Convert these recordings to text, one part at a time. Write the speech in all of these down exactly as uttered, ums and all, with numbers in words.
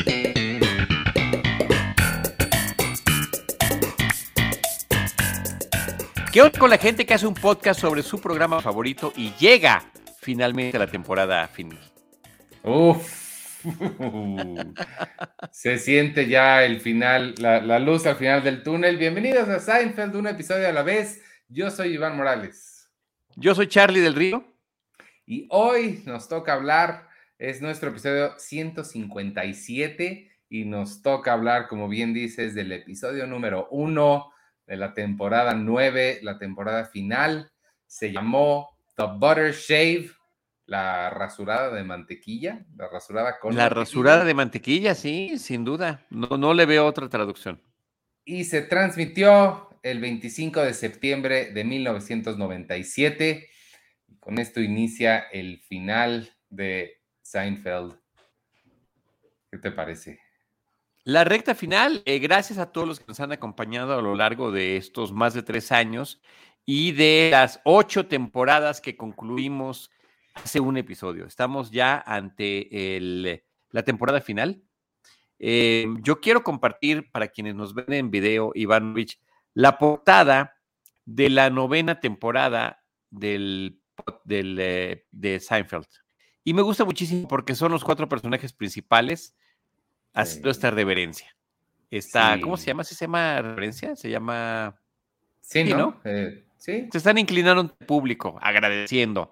¿Qué onda con la gente que hace un podcast sobre su programa favorito y llega finalmente a la temporada final? Uf, se siente ya el final, la, la luz al final del túnel. Bienvenidos a Seinfeld, un episodio a la vez. Yo soy Iván Morales. Yo soy Charlie del Río. Y hoy nos toca hablar, es nuestro episodio ciento cincuenta y siete y nos toca hablar, como bien dices, del episodio número uno de la temporada nueve, la temporada final. Se llamó The Butter Shave, la rasurada de mantequilla, la rasurada con La mantequilla. rasurada de mantequilla, sí, sin duda. No, no le veo otra traducción. Y se transmitió el veinticinco de septiembre de mil novecientos noventa y siete. Con esto inicia el final de Seinfeld. ¿Qué te parece? La recta final, eh, gracias a todos los que nos han acompañado a lo largo de estos más de tres años y de las ocho temporadas que concluimos hace un episodio. Estamos ya ante el, la temporada final. Eh, yo quiero compartir para quienes nos ven en video, Ivanovich, la portada de la novena temporada del, del, eh, de Seinfeld. Y me gusta muchísimo porque son los cuatro personajes principales haciendo esta reverencia. Esta, Sí. ¿cómo se llama? ¿Sí se llama reverencia? Se llama... Sí, Sí, ¿no? ¿no? Eh, sí. Se están inclinando ante el público, agradeciendo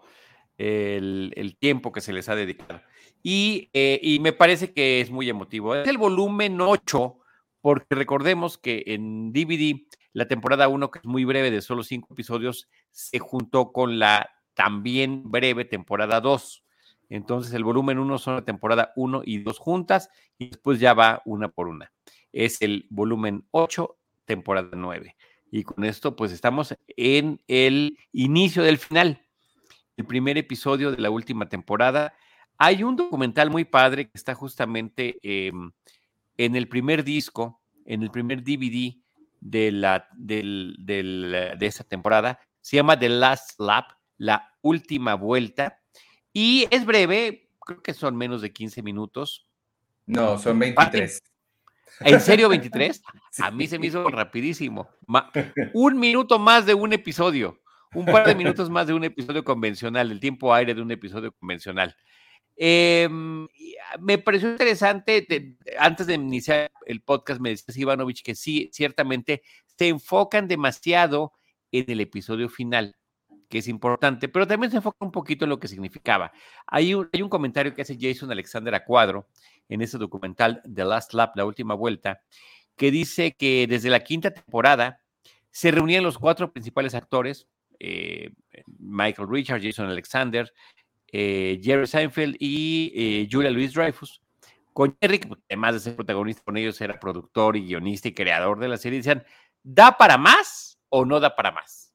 el, el tiempo que se les ha dedicado. Y, eh, y me parece que es muy emotivo. Es el volumen ocho, porque recordemos que en D V D, la temporada uno, que es muy breve, de solo cinco episodios, se juntó con la también breve temporada dos. Entonces el volumen uno son la temporada uno y dos juntas, y después ya va una por una. Es el volumen ocho, temporada nueve. Y con esto pues estamos en el inicio del final, el primer episodio de la última temporada. Hay un documental muy padre que está justamente eh, en el primer disco, en el primer D V D de, la, del, del, de esa temporada. Se llama The Last Lap, la última vuelta. Y es breve, creo que son menos de quince minutos. No, son veintitrés. ¿En serio veintitrés? Sí. A mí se me hizo rapidísimo. Ma- un minuto más de un episodio. Un par de minutos más de un episodio convencional, el tiempo aire de un episodio convencional. Eh, me pareció interesante, te, antes de iniciar el podcast me decías, Ivanovich, que sí, ciertamente se enfocan demasiado en el episodio final, que es importante, pero también se enfoca un poquito en lo que significaba. Hay un, hay un comentario que hace Jason Alexander a cuadro en ese documental The Last Lap, la última vuelta, que dice que desde la quinta temporada se reunían los cuatro principales actores, eh, Michael Richards, Jason Alexander, eh, Jerry Seinfeld y eh, Julia Louis-Dreyfus, con Jerry, que además de ser protagonista con ellos, era productor y guionista y creador de la serie. Decían, ¿da para más o no da para más?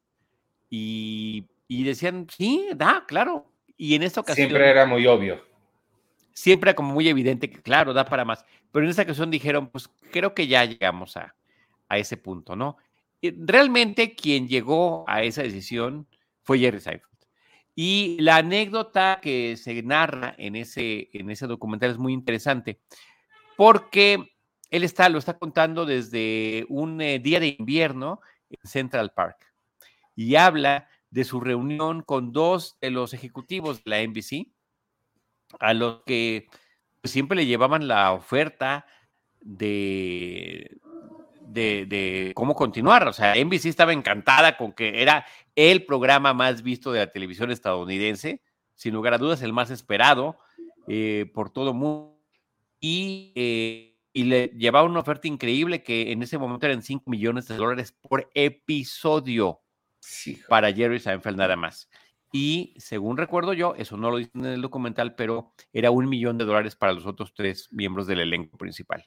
Y, y decían, sí, da, claro. Y en esta ocasión... Siempre era muy obvio. Siempre era como muy evidente que, claro, da para más. Pero en esta ocasión dijeron, pues creo que ya llegamos a, a ese punto, ¿no? Y realmente quien llegó a esa decisión fue Jerry Seinfeld. Y la anécdota que se narra en ese, en ese documental es muy interesante, porque él está, lo está contando desde un eh, día de invierno en Central Park y habla de su reunión con dos de los ejecutivos de la N B C, a los que pues, siempre le llevaban la oferta de, de, de cómo continuar. O sea, N B C estaba encantada con que era el programa más visto de la televisión estadounidense, sin lugar a dudas el más esperado eh, por todo el mundo, y, eh, y le llevaba una oferta increíble que en ese momento eran cinco millones de dólares por episodio Sí. para Jerry Seinfeld nada más. Y según recuerdo yo, eso no lo dicen en el documental, pero era un millón de dólares para los otros tres miembros del elenco principal.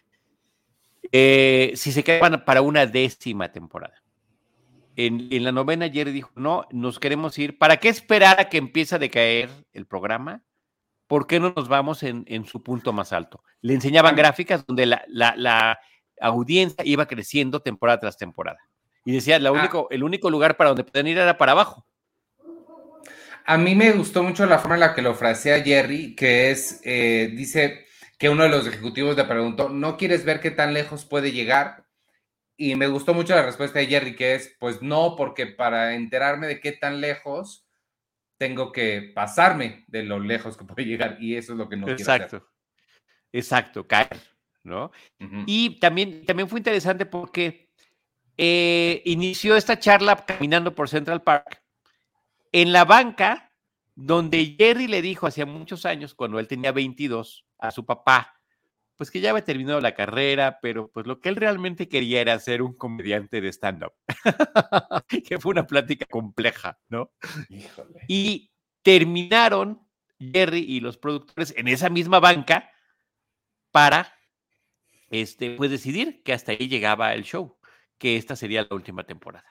Eh, si se quedaban para una décima temporada. En, en la novena, Jerry dijo, no, nos queremos ir. ¿Para qué esperar a que empiece a decaer el programa? ¿Por qué no nos vamos en, en su punto más alto? Le enseñaban gráficas donde la, la, la audiencia iba creciendo temporada tras temporada. Y decía, la único, ah. el único lugar para donde podían ir era para abajo. A mí me gustó mucho la forma en la que lo frasea Jerry, que es, eh, dice, que uno de los ejecutivos le preguntó, ¿no quieres ver qué tan lejos puede llegar? Y me gustó mucho la respuesta de Jerry, que es, pues no, porque para enterarme de qué tan lejos, tengo que pasarme de lo lejos que puede llegar, y eso es lo que no quiero hacer. Exacto, exacto, caer, ¿no? Uh-huh. Y también, también fue interesante porque eh, inició esta charla caminando por Central Park en la banca donde Jerry le dijo hacía muchos años, cuando él tenía veintidós, a su papá, pues que ya había terminado la carrera, pero pues lo que él realmente quería era ser un comediante de stand-up. Que fue una plática compleja, ¿no? Híjole. Y terminaron Jerry y los productores en esa misma banca para este, pues decidir que hasta ahí llegaba el show, que esta sería la última temporada.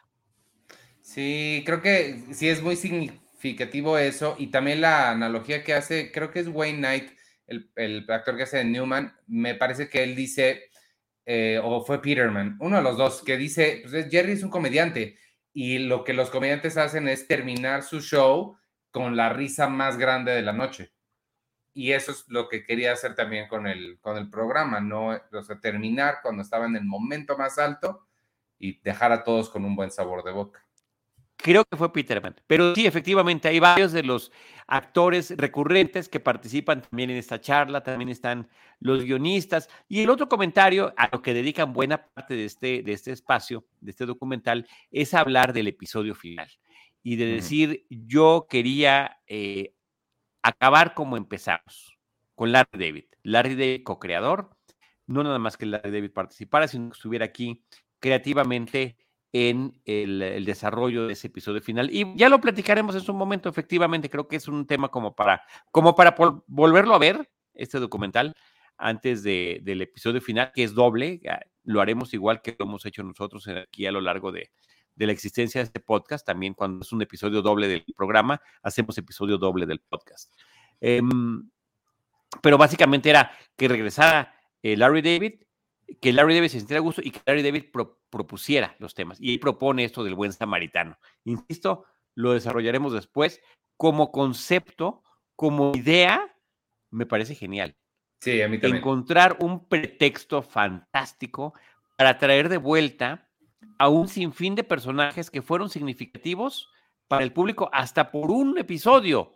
Sí, creo que sí es muy significativo eso, y también la analogía que hace, creo que es Wayne Knight, el, el actor que hace de Newman, me parece que él dice, eh, o fue Peterman, uno de los dos, que dice, pues Jerry es un comediante, y lo que los comediantes hacen es terminar su show con la risa más grande de la noche. Y eso es lo que quería hacer también con el, con el programa, ¿no? O sea, terminar cuando estaba en el momento más alto y dejar a todos con un buen sabor de boca. Creo que fue Peterman, pero sí, efectivamente, hay varios de los actores recurrentes que participan también en esta charla, también están los guionistas, y el otro comentario a lo que dedican buena parte de este, de este espacio, de este documental, es hablar del episodio final, y de decir, uh-huh. yo quería eh, acabar como empezamos, con Larry David, Larry David co-creador, no nada más que Larry David participara, sino que estuviera aquí creativamente en el, el desarrollo de ese episodio final. Y ya lo platicaremos en su momento, efectivamente, creo que es un tema como para, como para por, volverlo a ver, este documental, antes de, del episodio final, que es doble, lo haremos igual que lo hemos hecho nosotros aquí a lo largo de, de la existencia de este podcast, también cuando es un episodio doble del programa, hacemos episodio doble del podcast. Eh, pero básicamente era que regresara eh, Larry David, que Larry David se sintiera a gusto y que Larry David pro, propusiera los temas. Y él propone esto del buen samaritano. Insisto, lo desarrollaremos después. Como concepto, como idea, me parece genial. Sí, a mí también. Encontrar un pretexto fantástico para traer de vuelta a un sinfín de personajes que fueron significativos para el público hasta por un episodio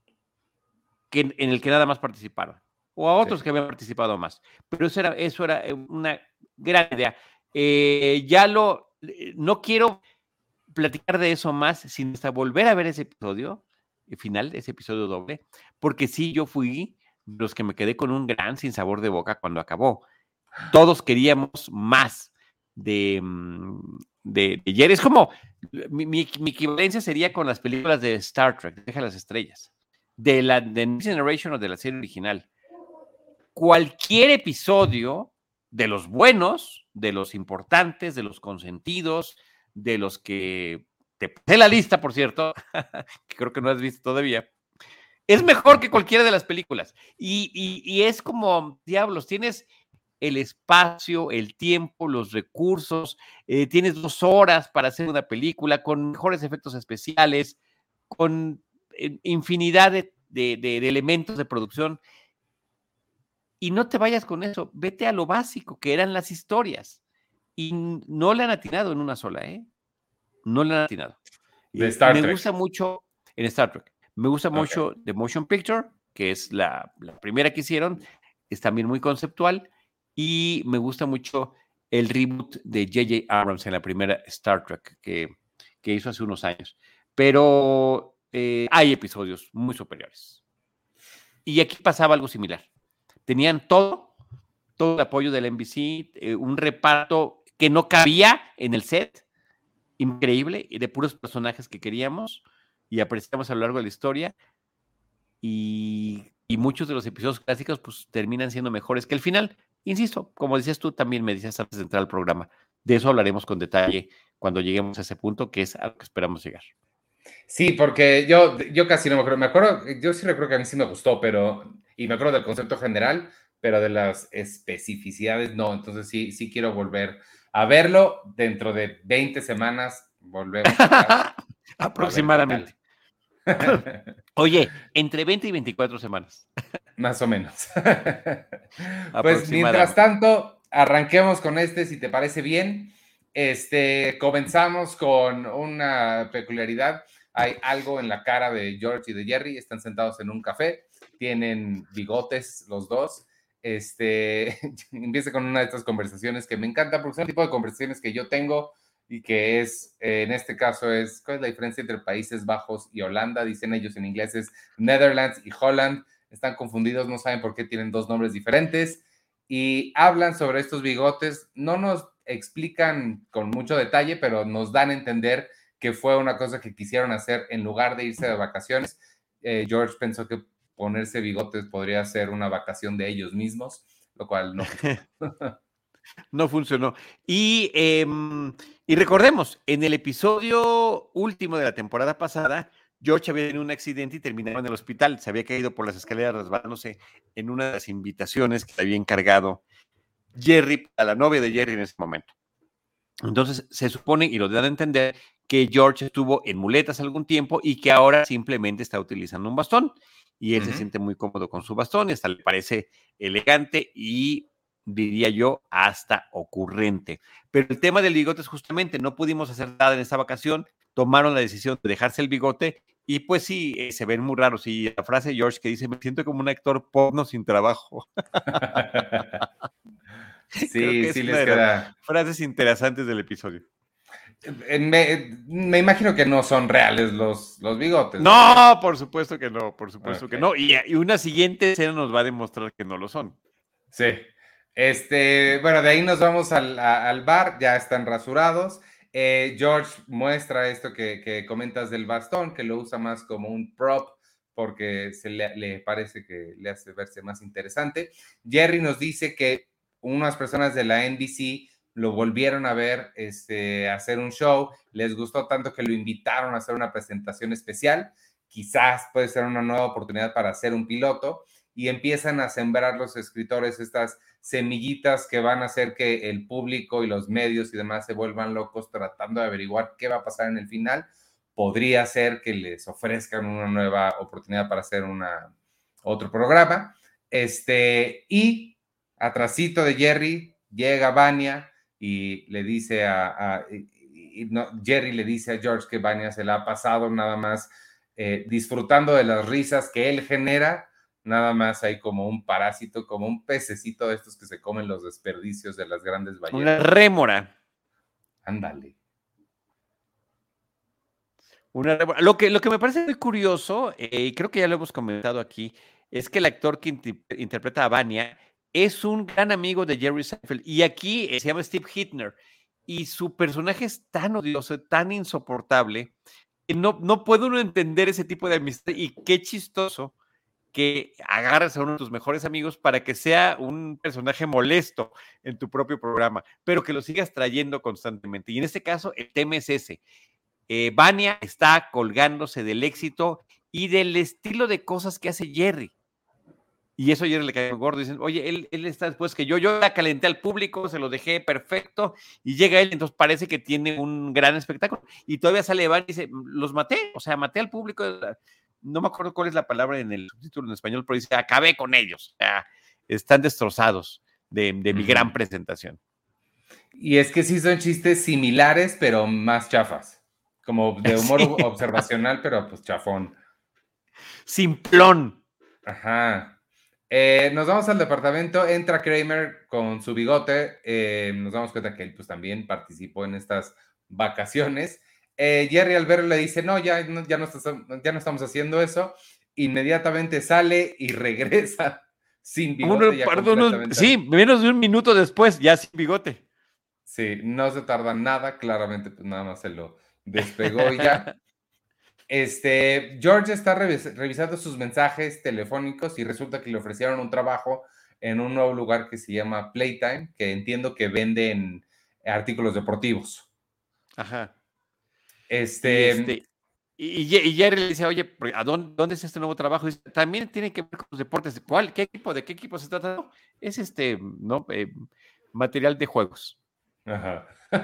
que, en el que nada más participaron. O a otros sí. que habían participado más. Pero eso era, eso era una gran idea. Eh, ya lo, no quiero platicar de eso más sin hasta volver a ver ese episodio final, ese episodio doble, porque sí, yo fui de los que me quedé con un gran sinsabor de boca cuando acabó. Todos queríamos más de, de, de Jerry. Es como, mi, mi, mi equivalencia sería con las películas de Star Trek, Deja las estrellas, de la de Next Generation o de la serie original. Cualquier episodio de los buenos, de los importantes, de los consentidos, de los que te pasé la lista, por cierto, que creo que no has visto todavía, es mejor que cualquiera de las películas. Y, y, y es como, diablos, tienes el espacio, el tiempo, los recursos, eh, tienes dos horas para hacer una película con mejores efectos especiales, con eh, infinidad de, de, de, de elementos de producción. Y no te vayas con eso, vete a lo básico, que eran las historias. Y no le han atinado en una sola, ¿eh? No le han atinado. De Star me Trek. gusta mucho, en Star Trek, me gusta okay. mucho The Motion Picture, que es la, la primera que hicieron, es también muy conceptual, y me gusta mucho el reboot de J J Abrams en la primera Star Trek que, que hizo hace unos años. Pero eh, hay episodios muy superiores. Y aquí pasaba algo similar. Tenían todo, todo el apoyo del N B C, eh, un reparto que no cabía en el set, increíble, de puros personajes que queríamos y apreciamos a lo largo de la historia, y, y muchos de los episodios clásicos pues terminan siendo mejores que el final. Insisto, como decías tú, también me decías antes de entrar al programa, de eso hablaremos con detalle cuando lleguemos a ese punto, que es a lo que esperamos llegar. Sí, porque yo, yo casi no me acuerdo, me acuerdo, yo sí recuerdo que a mí sí me gustó, pero, y me acuerdo del concepto general, pero de las especificidades no, entonces sí, sí quiero volver a verlo. Dentro de veinte semanas volvemos a hablar. Aproximadamente. Oye, entre veinte y veinticuatro semanas. Más o menos. Pues mientras Aproximadamente. tanto, arranquemos con este, si te parece bien. Este, comenzamos con una peculiaridad. Hay algo en la cara de George y de Jerry. Están sentados en un café. Tienen bigotes los dos. Este, empieza con una de estas conversaciones que me encanta porque son el tipo de conversaciones que yo tengo y que es, eh, en este caso es, ¿cuál es la diferencia entre Países Bajos y Holanda? Dicen ellos en inglés es Netherlands y Holland. Están confundidos, no saben por qué tienen dos nombres diferentes y hablan sobre estos bigotes. No nos explican con mucho detalle, pero nos dan a entender que fue una cosa que quisieron hacer en lugar de irse de vacaciones. Eh, George pensó que ponerse bigotes podría ser una vacación de ellos mismos, lo cual no funcionó. No funcionó. Y, eh, y recordemos, en el episodio último de la temporada pasada, George había tenido un accidente y terminaba en el hospital. Se había caído por las escaleras resbalándose en una de las invitaciones que le había encargado Jerry, a la novia de Jerry en ese momento. Entonces se supone, y lo dan a entender, que George estuvo en muletas algún tiempo y que ahora simplemente está utilizando un bastón. Y él uh-huh. se siente muy cómodo con su bastón y hasta le parece elegante y, diría yo, hasta ocurrente. Pero el tema del bigote es justamente, no pudimos hacer nada en esta vacación, tomaron la decisión de dejarse el bigote y pues sí, eh, se ven muy raros. Y la frase de George que dice, me siento como un actor porno sin trabajo. Sí, Creo que sí es les una de queda. las frases interesantes del episodio. Me, me imagino que no son reales los, los bigotes. No, ¿verdad? Por supuesto que no, por supuesto okay. que no. Y, y una siguiente escena nos va a demostrar que no lo son. Sí. Este, bueno, de ahí nos vamos al, a, al bar, ya están rasurados. Eh, George muestra esto que, que comentas del bastón, que lo usa más como un prop porque se le, le parece que le hace verse más interesante. Jerry nos dice que unas personas de la N B C lo volvieron a ver este, hacer un show, les gustó tanto que lo invitaron a hacer una presentación especial, quizás puede ser una nueva oportunidad para hacer un piloto, y empiezan a sembrar los escritores estas semillitas que van a hacer que el público y los medios y demás se vuelvan locos tratando de averiguar qué va a pasar en el final. Podría ser que les ofrezcan una nueva oportunidad para hacer una, otro programa. Este, y atrasito de Jerry llega Vania y le dice a, a y, y no, Jerry le dice a George que Vania se la ha pasado nada más eh, disfrutando de las risas que él genera, nada más hay como un parásito, como un pececito de estos que se comen los desperdicios de las grandes ballenas. Una rémora. Ándale. Una rémora. Lo que, lo que me parece muy curioso, y eh, creo que ya lo hemos comentado aquí, es que el actor que inter interpreta a Vania es un gran amigo de Jerry Seinfeld, y aquí eh, se llama Steve Hittner, y su personaje es tan odioso, tan insoportable, que no, no puede uno entender ese tipo de amistad, y qué chistoso que agarres a uno de tus mejores amigos para que sea un personaje molesto en tu propio programa, pero que lo sigas trayendo constantemente. Y en este caso, el tema es ese. Eh, Vania está colgándose del éxito y del estilo de cosas que hace Jerry. Y eso a Jerry le cae gordo. Dicen, oye, él, él está después que yo, yo la calenté al público, se lo dejé perfecto, y llega él, entonces parece que tiene un gran espectáculo. Y todavía sale Vania y dice, los maté, o sea, maté al público. No me acuerdo cuál es la palabra en el subtítulo en español, pero dice, acabé con ellos. O sea, están destrozados de, de mi uh-huh. gran presentación. Y es que sí son chistes similares, pero más chafas. Como de humor sí. observacional, pero pues chafón. Simplón. Ajá. Eh, nos vamos al departamento, entra Kramer con su bigote, eh, nos damos cuenta que él pues también participó en estas vacaciones. Eh, Jerry al verlo le dice, no ya, no, ya, no estás, ya no estamos haciendo eso. Inmediatamente sale y regresa sin bigote. Uno, ya perdón, completamente... Sí, menos de un minuto después, ya sin bigote. Sí, no se tarda nada, claramente pues nada más se lo despegó y ya. Este, George está revis revisando sus mensajes telefónicos y resulta que le ofrecieron un trabajo en un nuevo lugar que se llama Playtime, que entiendo que venden artículos deportivos. Ajá. Este... Y, este, y, y Jerry le dice, oye, ¿a dónde, dónde es este nuevo trabajo? Y dice, también tiene que ver con los deportes. ¿Cuál? ¿Qué equipo? ¿De qué equipo se trata? No, es este, ¿no? Eh, material de juegos. Ajá.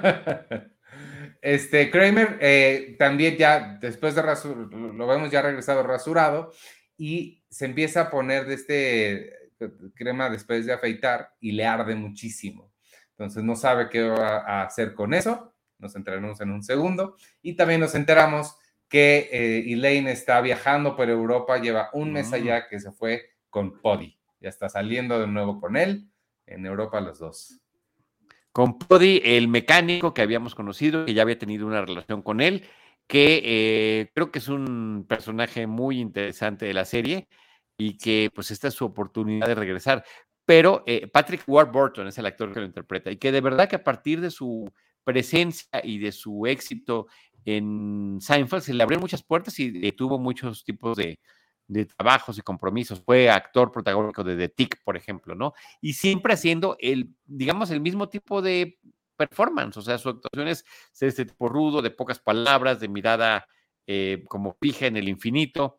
Este, Kramer eh, también ya, después de rasurado, lo vemos ya regresado rasurado, y se empieza a poner de este crema después de afeitar y le arde muchísimo. Entonces no sabe qué va a hacer con eso. Nos enteramos en un segundo. Y también nos enteramos que eh, Elaine está viajando por Europa, lleva un mes allá que se fue con Poddy. Ya está saliendo de nuevo con él, en Europa los dos. Con Poddy, el mecánico que habíamos conocido, que ya había tenido una relación con él, que eh, creo que es un personaje muy interesante de la serie y que pues esta es su oportunidad de regresar. Pero eh, Patrick Warburton es el actor que lo interpreta y que de verdad que a partir de su presencia y de su éxito en Seinfeld se le abrieron muchas puertas y eh, tuvo muchos tipos de, de trabajos y compromisos. Fue actor protagónico de The Tick, por ejemplo, ¿no? Y siempre haciendo el, digamos, el mismo tipo de performance, o sea, su actuación es este tipo rudo, de pocas palabras, de mirada eh, como fija en el infinito,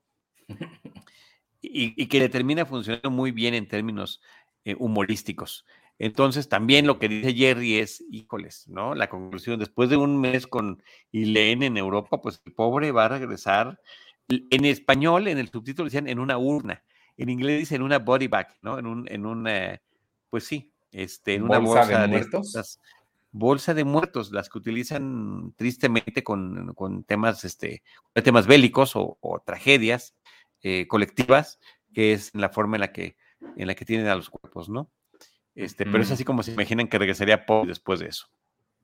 y, y que le termina funcionando muy bien en términos eh, humorísticos. Entonces, también lo que dice Jerry es, híjoles, ¿no? La conclusión, después de un mes con Elaine en Europa, pues el pobre va a regresar. En español, en el subtítulo decían en una urna, en inglés dicen en una body bag, ¿no? En un, en un eh, pues sí, este, en una ¿Bolsa bolsa de de muertos? estas, bolsa de muertos, las que utilizan tristemente con, con temas, este, temas bélicos o, o tragedias eh, colectivas, que es la forma en la que, en la que tienen a los cuerpos, ¿no? Este, mm. Pero es así como se imaginan que regresaría Paul después de eso.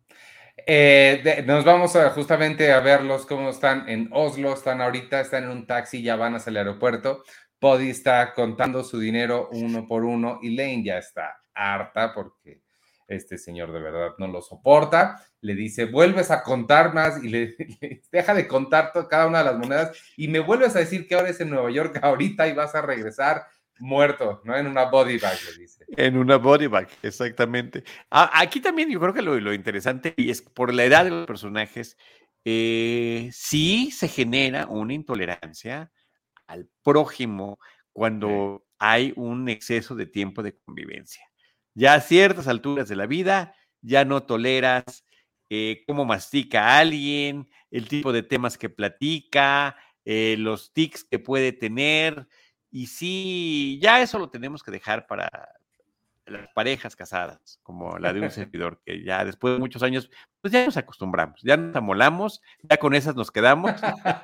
Eh, de, nos vamos a, justamente a verlos cómo están en Oslo, están ahorita, están en un taxi, ya van hacia el aeropuerto. Poddy está contando su dinero uno por uno y Elaine ya está harta porque este señor de verdad no lo soporta. Le dice, vuelves a contar más y le, le deja de contar todo, cada una de las monedas y me vuelves a decir que ahora es en Nueva York ahorita y vas a regresar muerto, ¿no? En una body bag, le dice. En una body bag, exactamente. Ah, aquí también yo creo que lo, lo interesante, y es por la edad de los personajes, eh, sí se genera una intolerancia al prójimo cuando sí. hay un exceso de tiempo de convivencia. Ya a ciertas alturas de la vida, ya no toleras eh, cómo mastica a alguien, el tipo de temas que platica, eh, los tics que puede tener, y sí, ya eso lo tenemos que dejar para las parejas casadas, como la de un servidor, que ya después de muchos años, pues ya nos acostumbramos, ya nos amolamos, ya con esas nos quedamos.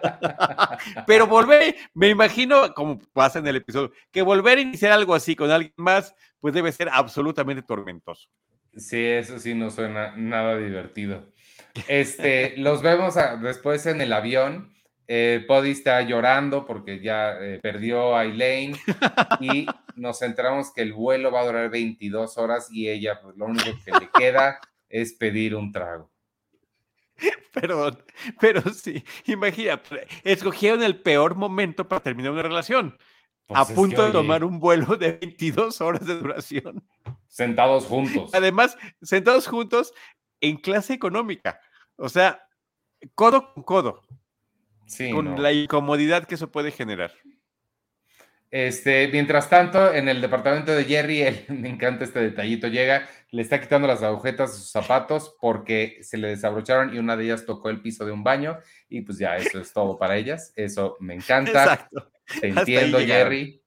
Pero volver, me imagino, como pasa en el episodio, que volver a iniciar algo así con alguien más, pues debe ser absolutamente tormentoso. Sí, eso sí no suena nada divertido. Este, los vemos a, después en el avión. Eh, Poddy está llorando porque ya eh, perdió a Elaine y nos enteramos que el vuelo va a durar veintidós horas y ella, pues lo único que le queda es pedir un trago. Perdón, pero sí, imagina, escogieron el peor momento para terminar una relación. Pues a punto que, de tomar un vuelo de veintidós horas de duración. Sentados juntos. Además, sentados juntos en clase económica. O sea, codo con codo. Sí, con no. la incomodidad que eso puede generar. Este, mientras tanto, en el departamento de Jerry, él, me encanta este detallito, llega, le está quitando las agujetas de sus zapatos porque se le desabrocharon y una de ellas tocó el piso de un baño y pues ya, eso es todo para ellas. Eso me encanta. Exacto. Te entiendo, Jerry.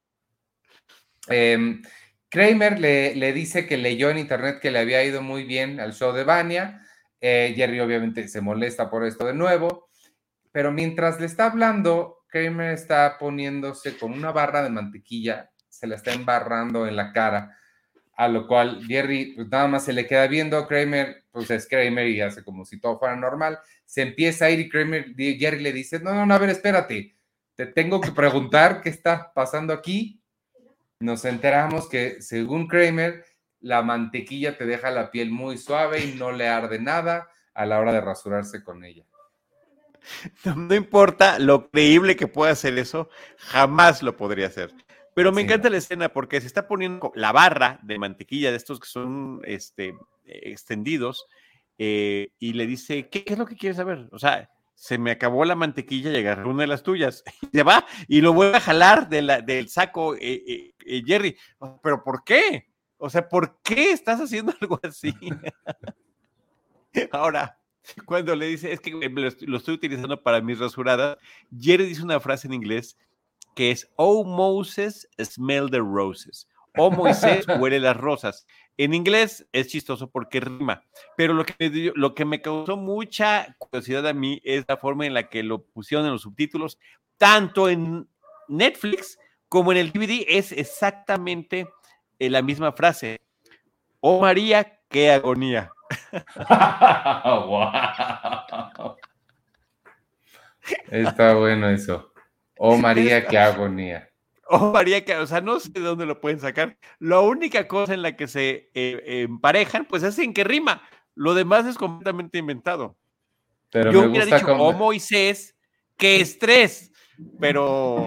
Eh, Kramer le, le dice que leyó en internet que le había ido muy bien al show de Vania. Eh, Jerry obviamente se molesta por esto de nuevo, pero mientras le está hablando, Kramer está poniéndose con una barra de mantequilla, se la está embarrando en la cara, a lo cual Jerry pues nada más se le queda viendo. Kramer, pues es Kramer y hace como si todo fuera normal, se empieza a ir y Kramer, Jerry le dice, no, no, no, a ver, espérate, te tengo que preguntar qué está pasando aquí. Nos enteramos que según Kramer, la mantequilla te deja la piel muy suave y no le arde nada a la hora de rasurarse con ella. No, no importa lo creíble que pueda hacer eso, jamás lo podría hacer. Pero me sí, encanta no. la escena porque se está poniendo la barra de mantequilla de estos que son este, extendidos eh, y le dice, ¿qué, ¿qué es lo que quieres saber? O sea, se me acabó la mantequilla y agarré una de las tuyas. Y se va y lo vuelve a jalar de la, del saco eh, eh, eh, Jerry. ¿Pero por qué? O sea, ¿por qué estás haciendo algo así? Ahora, cuando le dice, es que lo estoy utilizando para mis rasuradas, Jerry dice una frase en inglés que es Oh Moses, smell the roses. Oh Moisés, huele las rosas. En inglés es chistoso porque rima, pero lo que, me dio, lo que me causó mucha curiosidad a mí es la forma en la que lo pusieron en los subtítulos, tanto en Netflix como en el D V D, es exactamente eh, la misma frase. Oh María, qué agonía. Wow. Está bueno eso. Oh María, Está... qué agonía. Oh María, que, o sea, no sé de dónde lo pueden sacar. La única cosa en la que se eh, emparejan, pues es en que rima. Lo demás es completamente inventado. Pero Yo me hubiera gusta dicho, cómo... oh Moisés, qué estrés, pero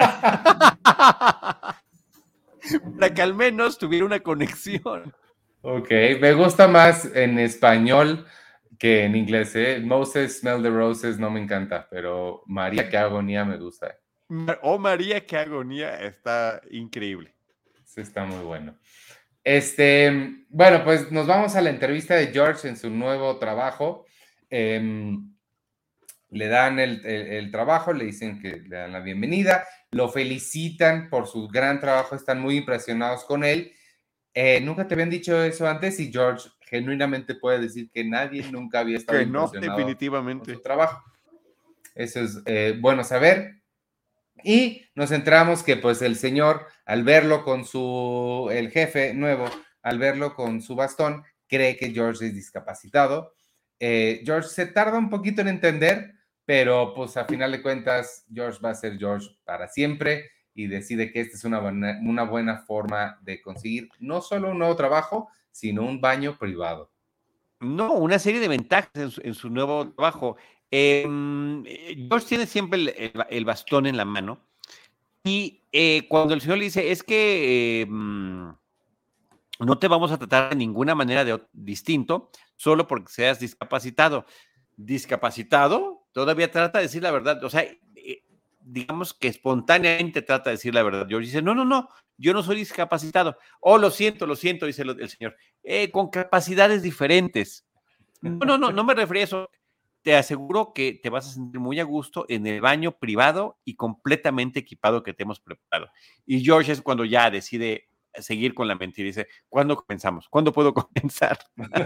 para que al menos tuviera una conexión. Ok, me gusta más en español que en inglés, ¿eh? Moses, smell the roses, no me encanta, pero María, qué agonía me gusta. Oh María, qué agonía, está increíble. Sí, está muy bueno. Este, bueno, pues nos vamos a la entrevista de George en su nuevo trabajo. Eh, le dan el, el, el trabajo, le dicen que le dan la bienvenida, lo felicitan por su gran trabajo, están muy impresionados con él. Eh, nunca te habían dicho eso antes y George genuinamente puede decir que nadie nunca había estado Que no, impresionado con su definitivamente. trabajo. Eso es eh, bueno saber. Y nos enteramos que pues el señor, al verlo con su, el jefe nuevo, al verlo con su bastón, cree que George es discapacitado. Eh, George se tarda un poquito en entender, pero pues a final de cuentas George va a ser George para siempre y decide que esta es una buena, una buena forma de conseguir no solo un nuevo trabajo, sino un baño privado. No, una serie de ventajas en su, en su nuevo trabajo. Eh, George tiene siempre el, el, el, bastón en la mano y eh, cuando el señor le dice, es que eh, no te vamos a tratar de ninguna manera de distinto solo porque seas discapacitado. Discapacitado todavía trata de decir la verdad, o sea, eh, digamos que espontáneamente trata de decir la verdad. George dice, no, no, no, yo no soy discapacitado. Oh, lo siento, lo siento, dice el, el señor, eh, con capacidades diferentes. No, no, no, no me refería a eso. Te aseguro que te vas a sentir muy a gusto en el baño privado y completamente equipado que te hemos preparado. Y George es cuando ya decide seguir con la mentira y dice, ¿cuándo comenzamos? ¿Cuándo puedo comenzar?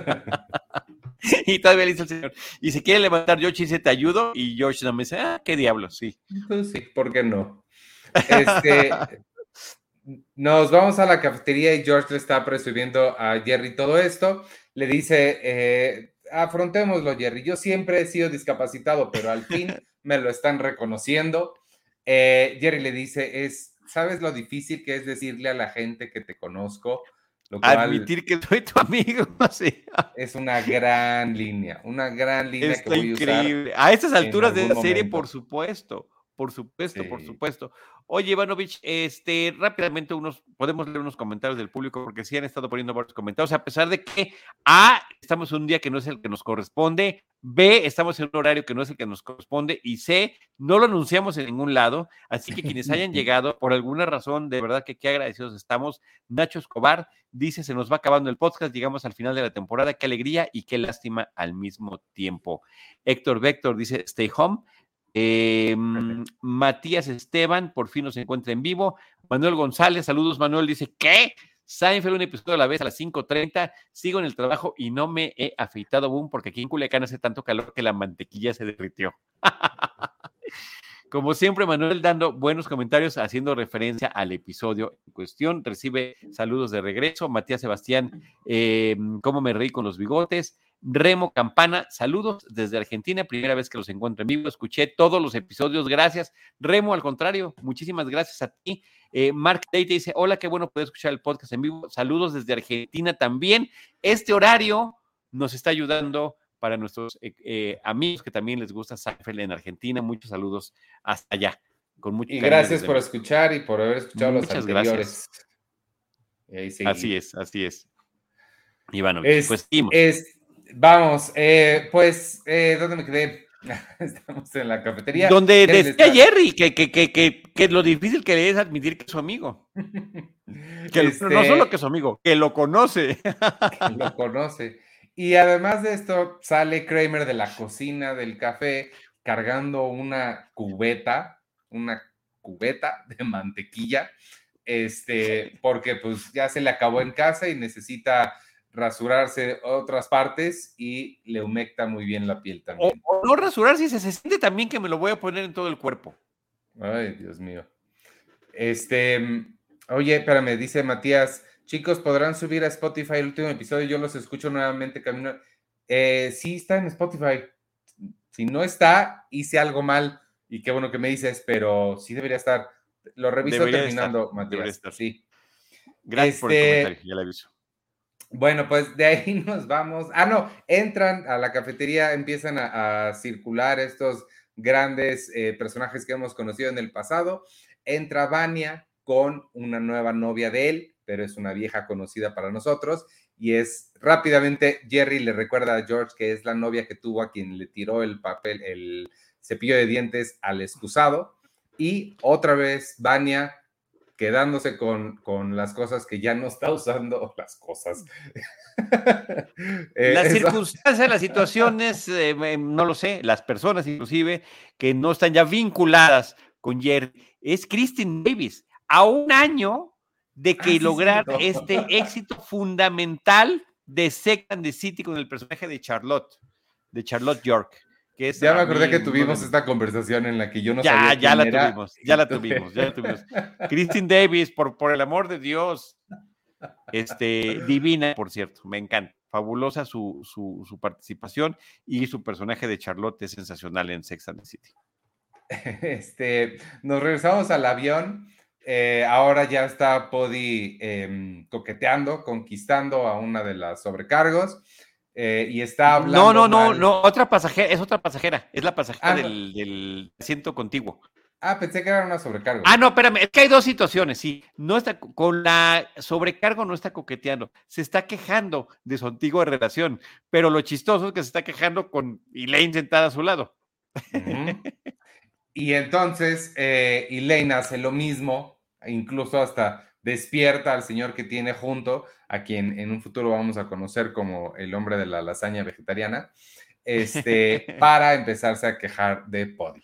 Y todavía le dice el señor, y se quiere levantar George y dice, te ayudo, y George no me dice, ah, qué diablos, sí. Pues sí, ¿por qué no? Este, nos vamos a la cafetería y George le está presumiendo a Jerry todo esto. Le dice, eh, afrontémoslo, Jerry. Yo siempre he sido discapacitado, pero al fin me lo están reconociendo. Eh, Jerry le dice, es, ¿sabes lo difícil que es decirle a la gente que te conozco? Lo cual admitir que soy tu amigo, sí. Es una gran línea, una gran línea Está que voy increíble. a usar A estas en alturas de algún la serie, momento. por supuesto. Por supuesto, Sí. por supuesto. Oye, Ivanovich, este, rápidamente unos, podemos leer unos comentarios del público porque sí han estado poniendo varios comentarios, a pesar de que A, estamos en un día que no es el que nos corresponde, B, estamos en un horario que no es el que nos corresponde, y C, no lo anunciamos en ningún lado, así que quienes hayan llegado, por alguna razón, de verdad que qué agradecidos estamos. Nacho Escobar dice, se nos va acabando el podcast, llegamos al final de la temporada, qué alegría y qué lástima al mismo tiempo. Héctor Vector dice, stay home. Eh, Matías Esteban, por fin nos encuentra en vivo. Manuel González, saludos Manuel, dice, ¿qué? Seinfeld, un episodio a la vez a las cinco treinta, sigo en el trabajo y no me he afeitado aún porque aquí en Culiacán hace tanto calor que la mantequilla se derritió. Como siempre, Manuel dando buenos comentarios, haciendo referencia al episodio en cuestión. Recibe saludos de regreso. Matías Sebastián, eh, ¿cómo me reí con los bigotes? Remo Campana, saludos desde Argentina, primera vez que los encuentro en vivo, escuché todos los episodios, gracias. Remo, al contrario, muchísimas gracias a ti. Eh, Mark Tate dice, hola, qué bueno poder escuchar el podcast en vivo, saludos desde Argentina también. Este horario nos está ayudando para nuestros eh, eh, amigos que también les gusta Seinfeld en Argentina, muchos saludos hasta allá. Con mucho Y cariño gracias por México. escuchar y por haber escuchado Muchas los anteriores. Gracias. Así es, así es. Ivanovich, es, pues seguimos. Es, vamos, eh, pues, eh, ¿dónde me quedé? Estamos en la cafetería. Donde Jerry decía está... Jerry que, que, que, que, que lo difícil que es admitir que es su amigo. Que este... no solo que es su amigo, que lo conoce. Que lo conoce. Y además de esto, sale Kramer de la cocina del café cargando una cubeta, una cubeta de mantequilla, este, porque pues ya se le acabó en casa y necesita rasurarse otras partes y le humecta muy bien la piel también. O, o no rasurarse, si se siente también que me lo voy a poner en todo el cuerpo. Ay, Dios mío. Este, oye, espérame, dice Matías, chicos, ¿podrán subir a Spotify el último episodio? Yo los escucho nuevamente camino. Eh, sí, está en Spotify. Si no está, hice algo mal y qué bueno que me dices, pero sí debería estar. Lo reviso Debería terminando, estar, Matías. debería estar. Sí. Gracias este, por el comentario, ya le aviso. Bueno, pues de ahí nos vamos. Ah, no, entran a la cafetería, empiezan a, a circular estos grandes eh, personajes que hemos conocido en el pasado. Entra Vania con una nueva novia de él, pero es una vieja conocida para nosotros. Y es rápidamente, Jerry le recuerda a George que es la novia que tuvo a quien le tiró el papel, el cepillo de dientes al excusado. Y otra vez Vania quedándose con, con las cosas que ya no está usando, las cosas. eh, las eso. circunstancias, las situaciones, eh, no lo sé, las personas inclusive que no están ya vinculadas con Jerry, es Kristin Davis, a un año de que ah, sí, lograr sí, este éxito fundamental de Sex and the City con el personaje de Charlotte, de Charlotte York. Que es ya me acordé que tuvimos esta conversación en la que yo no ya, sabía ya quién la era. tuvimos, ya la tuvimos, ya la tuvimos. Kristin Davis, por, por el amor de Dios, este, divina, por cierto, me encanta. Fabulosa su, su, su participación y su personaje de Charlotte es sensacional en Sex and the City. Este, nos regresamos al avión. Eh, ahora ya está Pody eh, coqueteando, conquistando a una de las sobrecargos. Eh, y está hablando. No, no, no, mal. no, otra pasajera, es otra pasajera, es la pasajera ah, del, no. del asiento contiguo. Ah, pensé que era una sobrecargo. Ah, no, espérame, es que hay dos situaciones, sí. No está con la sobrecargo, no está coqueteando, se está quejando de su antigua relación, pero lo chistoso es que se está quejando con Elaine sentada a su lado. Uh-huh. Y entonces eh, Elaine hace lo mismo, incluso hasta despierta al señor que tiene junto, a quien en un futuro vamos a conocer como el hombre de la lasaña vegetariana, este, para empezarse a quejar de Pody.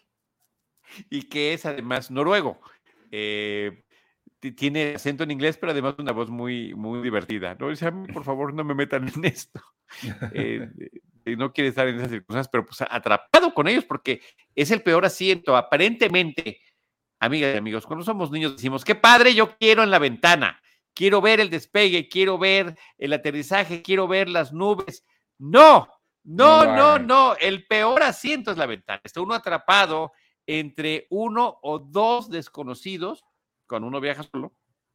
Y que es además noruego. Eh, tiene acento en inglés, pero además una voz muy, muy divertida. ¿No? Dice, por favor, no me metan en esto. Eh, no quiere estar en esas circunstancias, pero pues atrapado con ellos porque es el peor asiento. Aparentemente, amigas y amigos, cuando somos niños decimos, qué padre, yo quiero en la ventana. Quiero ver el despegue, quiero ver el aterrizaje, quiero ver las nubes. No, no, no, no, no. El peor asiento es la ventana. Está uno atrapado entre uno o dos desconocidos, cuando uno viaja solo,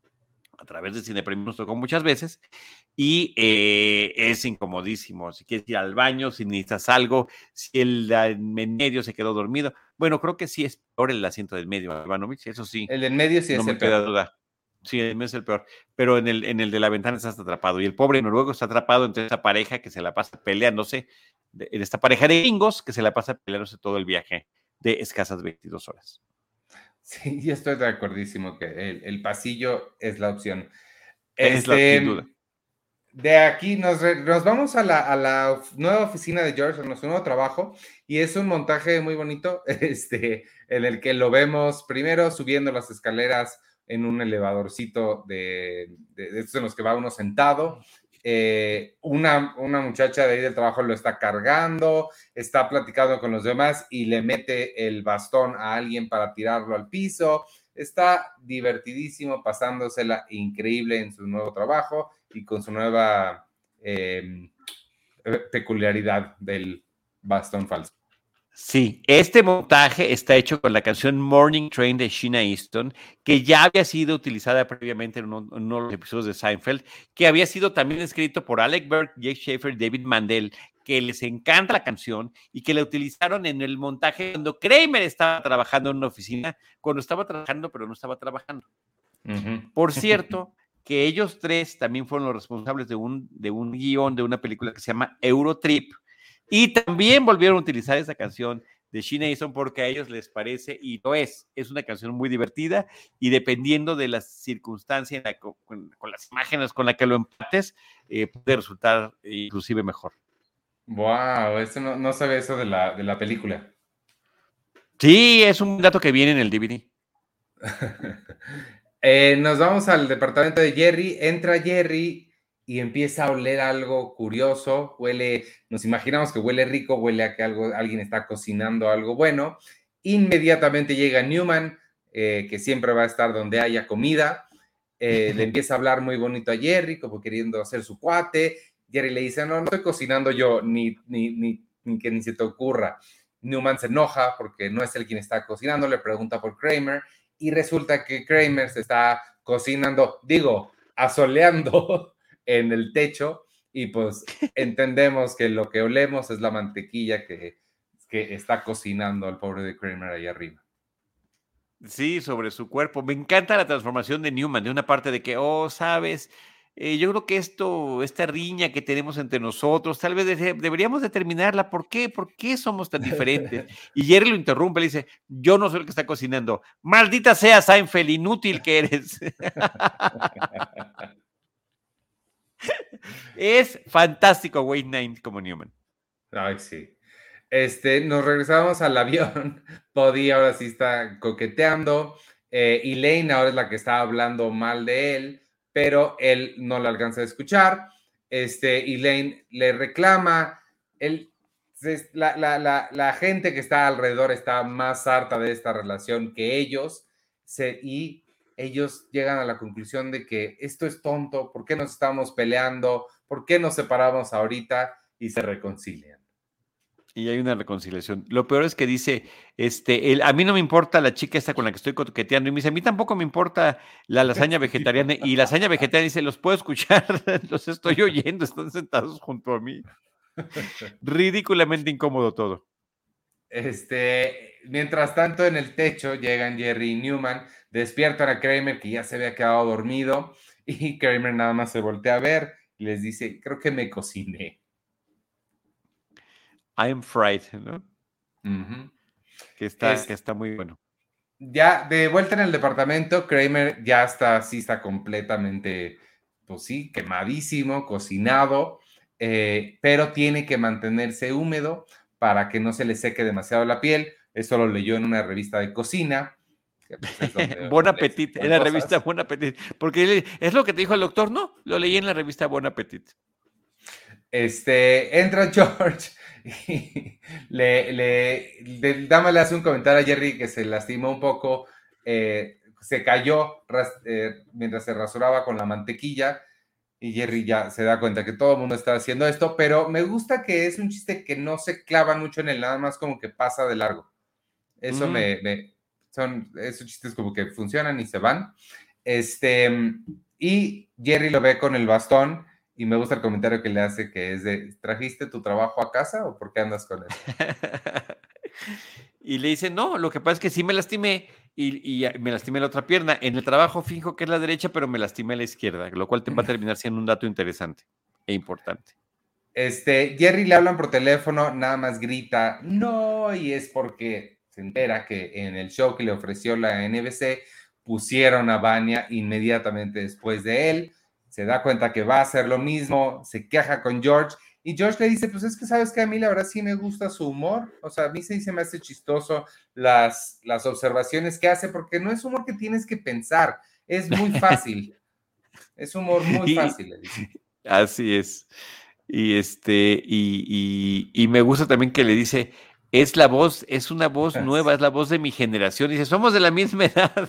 a través de Cine Premium nos tocó muchas veces, y eh, es incomodísimo. Si quieres ir al baño, si necesitas algo, si el en medio se quedó dormido. Bueno, creo que sí es peor el asiento del medio, Ivanovich, eso sí. El del medio sí no es me el queda peor. duda. Sí, el medio es el peor. Pero en el, en el de la ventana estás atrapado. Y el pobre noruego está atrapado entre esa pareja que se la pasa peleándose, en esta pareja de gringos que se la pasa peleándose todo el viaje de escasas veintidós horas. Sí, yo estoy de acordísimo que el, el pasillo es la opción. Es Este, la, sin duda. De aquí nos, nos vamos a la, a la nueva oficina de George, a nuestro nuevo trabajo, y es un montaje muy bonito, este, en el que lo vemos primero subiendo las escaleras en un elevadorcito de, de, de estos en los que va uno sentado. Eh, una, una muchacha de ahí del trabajo lo está cargando, está platicando con los demás y le mete el bastón a alguien para tirarlo al piso. Está divertidísimo, pasándosela increíble en su nuevo trabajo y con su nueva eh, peculiaridad del bastón falso. Sí, este montaje está hecho con la canción Morning Train de Sheena Easton, que ya había sido utilizada previamente en uno, en uno de los episodios de Seinfeld, que había sido también escrito por Alec Berg, Jake Schaefer y David Mandel, que les encanta la canción y que la utilizaron en el montaje cuando Kramer estaba trabajando en una oficina, cuando estaba trabajando pero no estaba trabajando. Uh-huh. Por cierto, que ellos tres también fueron los responsables de un, de un guión de una película que se llama Eurotrip, y también volvieron a utilizar esa canción de Sheena Easton porque a ellos les parece, y lo es, es una canción muy divertida y dependiendo de las circunstancias, con, con, con las imágenes con las que lo empates, eh, puede resultar inclusive mejor. Wow, eso no, no sabía eso de la, de la película. Sí, es un dato que viene en el D V D. eh, nos vamos al departamento de Jerry. Entra Jerry y empieza a oler algo curioso. Huele, nos imaginamos que huele rico, huele a que algo, alguien está cocinando algo bueno. Inmediatamente llega Newman, eh, que siempre va a estar donde haya comida. Eh, le empieza a hablar muy bonito a Jerry, como queriendo hacer su cuate. Jerry le dice, no, no estoy cocinando yo, ni, ni, ni, ni que ni se te ocurra. Newman se enoja porque no es él quien está cocinando, le pregunta por Kramer y resulta que Kramer se está cocinando, digo, asoleando en el techo y pues entendemos que lo que olemos es la mantequilla que, que está cocinando al pobre de Kramer ahí arriba. Sí, sobre su cuerpo. Me encanta la transformación de Newman, de una parte de que, oh, sabes, eh, yo creo que esto, esta riña que tenemos entre nosotros, tal vez de- deberíamos determinarla. ¿Por qué? ¿Por qué somos tan diferentes? Y Jerry lo interrumpe, le dice, yo no soy el que está cocinando. Maldita sea, Seinfeld, inútil que eres. Es fantástico Wayne Knight como Newman. Ay, sí. Este, nos regresamos al avión. Poddy ahora sí está coqueteando. Eh, Elaine ahora es la que está hablando mal de él, pero él no la alcanza a escuchar. Este, Elaine le reclama. Él, la, la, la, la gente que está alrededor está más harta de esta relación que ellos. Se, y ellos llegan a la conclusión de que esto es tonto. ¿Por qué nos estamos peleando? ¿Por qué nos separamos ahorita? Y se reconcilian. Y hay una reconciliación. Lo peor es que dice, este, el, a mí no me importa la chica esta con la que estoy coqueteando. Y me dice, a mí tampoco me importa la lasaña vegetariana. Y la lasaña vegetariana dice, los puedo escuchar, los estoy oyendo, están sentados junto a mí. Ridículamente incómodo todo. Este, mientras tanto, en el techo llegan Jerry y Newman, despiertan a Kramer, que ya se había quedado dormido, y Kramer nada más se voltea a ver y les dice, creo que me cociné. I'm fried, ¿no? Uh-huh. Que está, que Es, está muy bueno. ya de vuelta en el departamento, Kramer ya está, sí está completamente, pues sí, quemadísimo, cocinado, eh, pero tiene que mantenerse húmedo para que no se le seque demasiado la piel. Eso lo leyó en una revista de cocina. Que pues es donde Bon uno lee Appetit, en la revista cosas. Bon Appetit. Porque es lo que te dijo el doctor, ¿no? Lo leí en la revista Bon Appetit. Este, entra George y le, le, le, Dama le hace un comentario a Jerry que se lastimó un poco, eh, se cayó ras, eh, mientras se rasuraba con la mantequilla y Jerry ya se da cuenta que todo el mundo está haciendo esto, pero me gusta que es un chiste que no se clava mucho en él, nada más como que pasa de largo. Eso Mm. me, me son esos chistes como que funcionan y se van. Este, y Jerry lo ve con el bastón y me gusta el comentario que le hace que es de, ¿trajiste tu trabajo a casa o por qué andas con eso? Y le dice, no, lo que pasa es que sí me lastimé y, y me lastimé la otra pierna. En el trabajo finjo que es la derecha, pero me lastimé la izquierda, lo cual te va a terminar siendo un dato interesante e importante. Este, Jerry le hablan por teléfono, nada más grita, no, y es porque se entera que en el show que le ofreció la N B C pusieron a Vania inmediatamente después de él, se da cuenta que va a hacer lo mismo, se queja con George y George le dice, pues es que sabes que a mí la verdad sí me gusta su humor, o sea, a mí sí se me hace chistoso las, las observaciones que hace porque no es humor que tienes que pensar, es muy fácil, es humor muy Y, fácil, le dice. así es. Y este, y, y, y me gusta también que le dice, es la voz, es una voz nueva, es la voz de mi generación. Y dice, somos de la misma edad.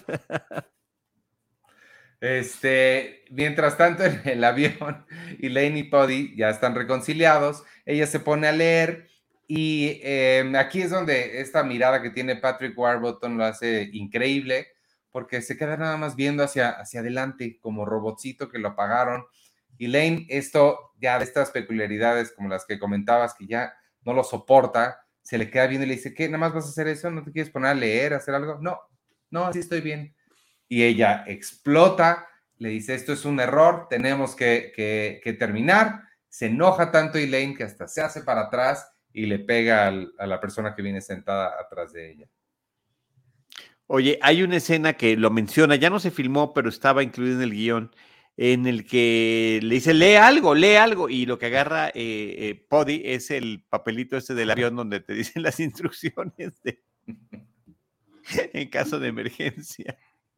Este, mientras tanto, en el avión, Elaine y Poddy ya están reconciliados. Ella se pone a leer y eh, aquí es donde esta mirada que tiene Patrick Warburton lo hace increíble porque se queda nada más viendo hacia, hacia adelante como robotcito que lo apagaron. Elaine, esto ya de estas peculiaridades como las que comentabas que ya no lo soporta, se le queda viendo y le dice, ¿qué? ¿Nada más vas a hacer eso? ¿No te quieres poner a leer, a hacer algo? No, no, así estoy bien. Y ella explota, le dice, esto es un error, tenemos que, que, que terminar. Se enoja tanto Elaine que hasta se hace para atrás y le pega al, a la persona que viene sentada atrás de ella. Oye, hay una escena que lo menciona, ya no se filmó, pero estaba incluido en el guión, en el que le dice, lee algo, lee algo, y lo que agarra eh, eh, Poddy es el papelito este del avión donde te dicen las instrucciones de, en caso de emergencia.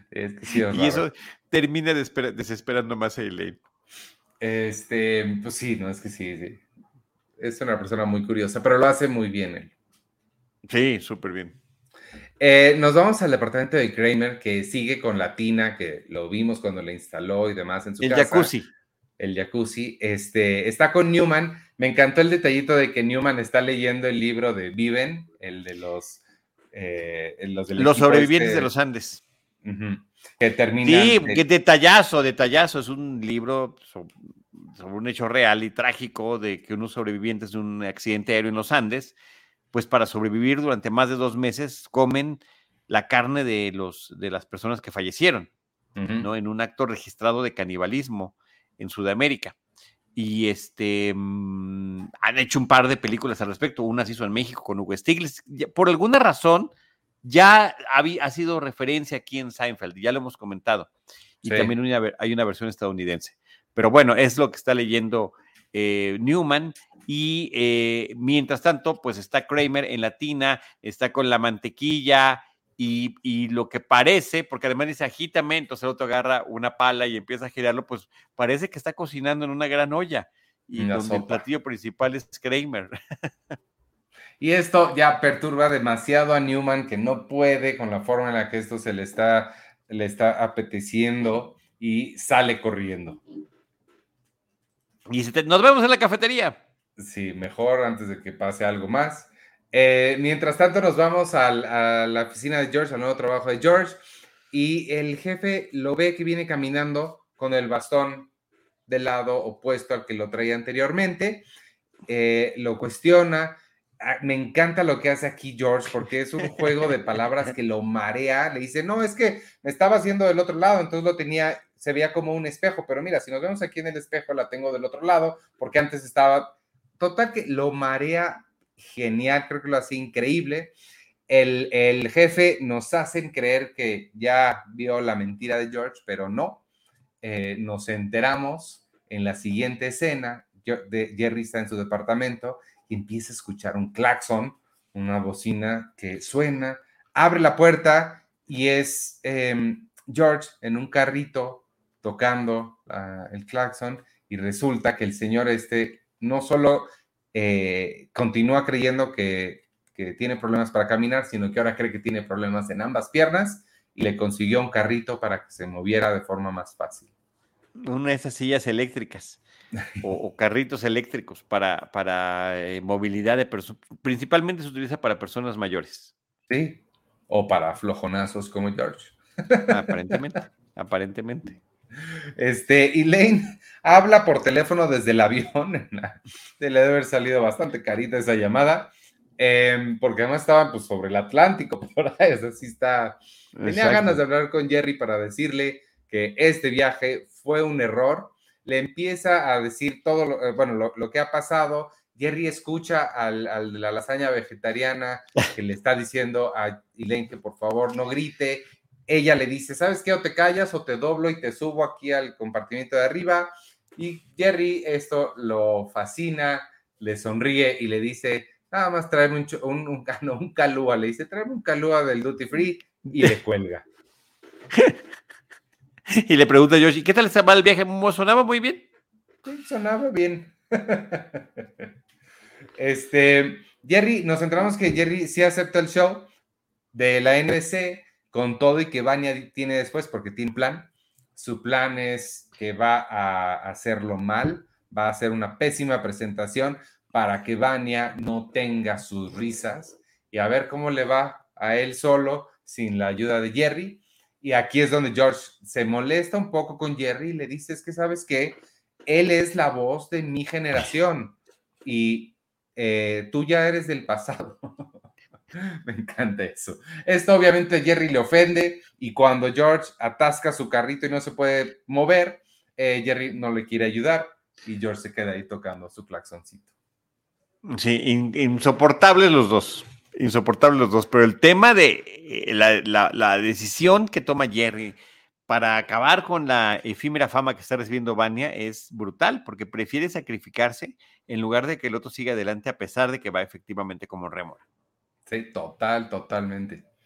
Es que sí, es Y raro. eso termina desesper- desesperando más a Elaine. Este, pues sí, no, es que sí, sí. Es una persona muy curiosa, pero lo hace muy bien él. Sí, súper bien. Eh, nos vamos al departamento de Kramer, que sigue con la tina, que lo vimos cuando le instaló y demás en su El casa, jacuzzi. el jacuzzi. Este, está con Newman. Me encantó el detallito de que Newman está leyendo el libro de Viven, el de los, eh, los del Los equipo sobrevivientes de este, los Andes. uh-huh, que terminan. Sí, De, qué detallazo, detallazo. Es un libro sobre, sobre un hecho real y trágico de que unos sobrevivientes de un accidente aéreo en los Andes, pues para sobrevivir durante más de dos meses, comen la carne de, los, de las personas que fallecieron, uh-huh. ¿no? En un acto registrado de canibalismo en Sudamérica. Y este mmm, han hecho un par de películas al respecto. Una se hizo en México con Hugo Stiglitz. Por alguna razón, ya había, ha sido referencia aquí en Seinfeld, ya lo hemos comentado. Y Sí. también una, hay una versión estadounidense. Pero bueno, es lo que está leyendo eh, Newman. Y eh, mientras tanto, pues está Kramer en la tina, está con la mantequilla. Y, y, lo que parece, porque además dice agítame, entonces el otro agarra una pala y empieza a girarlo, pues parece que está cocinando en una gran olla y Una donde el sopa. platillo principal es Kramer. Y esto ya perturba demasiado a Newman, que no puede con la forma en la que esto se le está, le está apeteciendo y sale corriendo. Y dice, nos vemos en la cafetería. Sí, mejor antes de que pase algo más. Eh, mientras tanto, nos vamos al, a la oficina de George, al nuevo trabajo de George, y el jefe lo ve que viene caminando con el bastón del lado opuesto al que lo traía anteriormente. Eh, lo cuestiona. Me encanta lo que hace aquí George, porque es un juego de palabras que lo marea. Le dice, no, es que me estaba haciendo del otro lado, entonces lo tenía, se veía como un espejo, pero mira, si nos vemos aquí en el espejo, la tengo del otro lado, porque antes estaba, total que lo marea genial, creo que lo hace increíble. El, el jefe nos hacen creer que ya vio la mentira de George, pero no. Eh, nos enteramos en la siguiente escena, de Jerry está en su departamento y empieza a escuchar un claxon, una bocina que suena, abre la puerta y es eh, George en un carrito tocando uh, el claxon, y resulta que el señor este no solo eh, continúa creyendo que, que tiene problemas para caminar, sino que ahora cree que tiene problemas en ambas piernas y le consiguió un carrito para que se moviera de forma más fácil. Una de esas sillas eléctricas o, o carritos eléctricos para, para eh, movilidad de personas. Principalmente se utiliza para personas mayores. Sí, o para flojonazos como George. Aparentemente, aparentemente. Este, Elaine habla por teléfono desde el avión. Le debe haber salido bastante carita esa llamada, eh, porque además estaban pues, sobre el Atlántico, por ahí, o sea, sí está. Tenía Exacto. ganas de hablar con Jerry para decirle que este viaje fue un error. Le empieza a decir todo lo, bueno, lo, lo que ha pasado. Jerry escucha al, al de la lasaña vegetariana que le está diciendo a Elaine que por favor no grite. Ella le dice, ¿sabes qué? O te callas o te doblo y te subo aquí al compartimiento de arriba. Y Jerry esto lo fascina, le sonríe y le dice, nada más tráeme un, un, un, un, un calúa. Le dice, tráeme un calúa del duty free, y le cuelga. Y le pregunta a Yoshi, ¿qué tal estaba el viaje? ¿Sonaba muy bien? Sí, sonaba bien. Este, Jerry, nos enteramos que Jerry sí acepta el show de la N B C con todo y que Vania tiene después, porque tiene plan. Su plan es que va a hacerlo mal, va a hacer una pésima presentación para que Vania no tenga sus risas y a ver cómo le va a él solo sin la ayuda de Jerry. Y aquí es donde George se molesta un poco con Jerry y le dice, es que sabes qué, él es la voz de mi generación y eh, tú ya eres del pasado. Me encanta eso. Esto obviamente a Jerry le ofende y cuando George atasca su carrito y no se puede mover, eh, Jerry no le quiere ayudar y George se queda ahí tocando su claxoncito. Sí, in, insoportables los dos, insoportables los dos, pero el tema de eh, la, la, la decisión que toma Jerry para acabar con la efímera fama que está recibiendo Vania es brutal, porque prefiere sacrificarse en lugar de que el otro siga adelante a pesar de que va efectivamente como rémora. Sí, total, totalmente.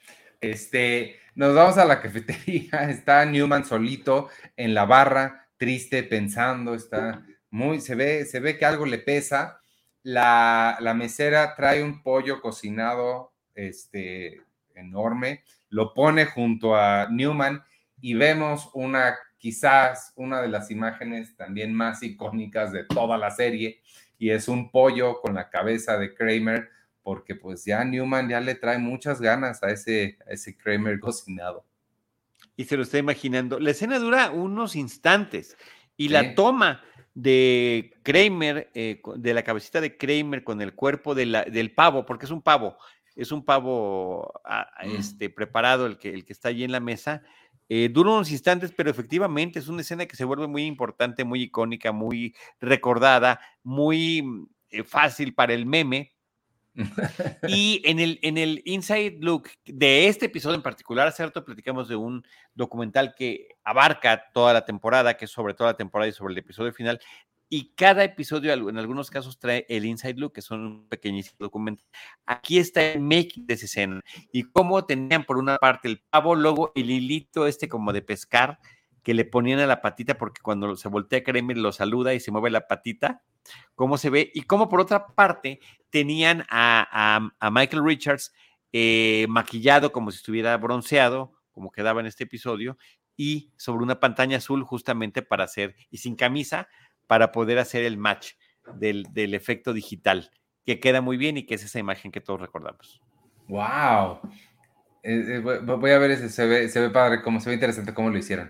Este, nos vamos a la cafetería, está Newman solito en la barra, triste, pensando, está muy, se ve, se ve que algo le pesa. La, la mesera trae un pollo cocinado, este, enorme, lo pone junto a Newman y vemos una, quizás una de las imágenes también más icónicas de toda la serie, y es un pollo con la cabeza de Kramer, porque pues ya Newman ya le trae muchas ganas a ese, a ese Kramer cocinado. Y se lo está imaginando. La escena dura unos instantes y Sí. la toma de Kramer, eh, de la cabecita de Kramer con el cuerpo de la, del pavo, porque es un pavo, es un pavo a, a este, preparado el que, el que está allí en la mesa, eh, dura unos instantes, pero efectivamente es una escena que se vuelve muy importante, muy icónica, muy recordada, muy eh, fácil para el meme. Y en el, en el Inside Look de este episodio en particular, hace rato platicamos de un documental que abarca toda la temporada, que es sobre toda la temporada y sobre el episodio final, y cada episodio en algunos casos trae el Inside Look, que son un pequeñísimo documento. Aquí está el making de esa escena, y cómo tenían por una parte el pavo, luego el hilito este como de pescar, que le ponían a la patita, porque cuando se voltea Kramer lo saluda y se mueve la patita, cómo se ve, y cómo por otra parte tenían a, a, a Michael Richards eh, maquillado como si estuviera bronceado, como quedaba en este episodio, y sobre una pantalla azul justamente para hacer, y sin camisa, para poder hacer el match del, del efecto digital, que queda muy bien y que es esa imagen que todos recordamos. ¡Wow! Eh, eh, voy a ver ese, se ve, se ve padre, cómo se ve interesante cómo lo hicieron.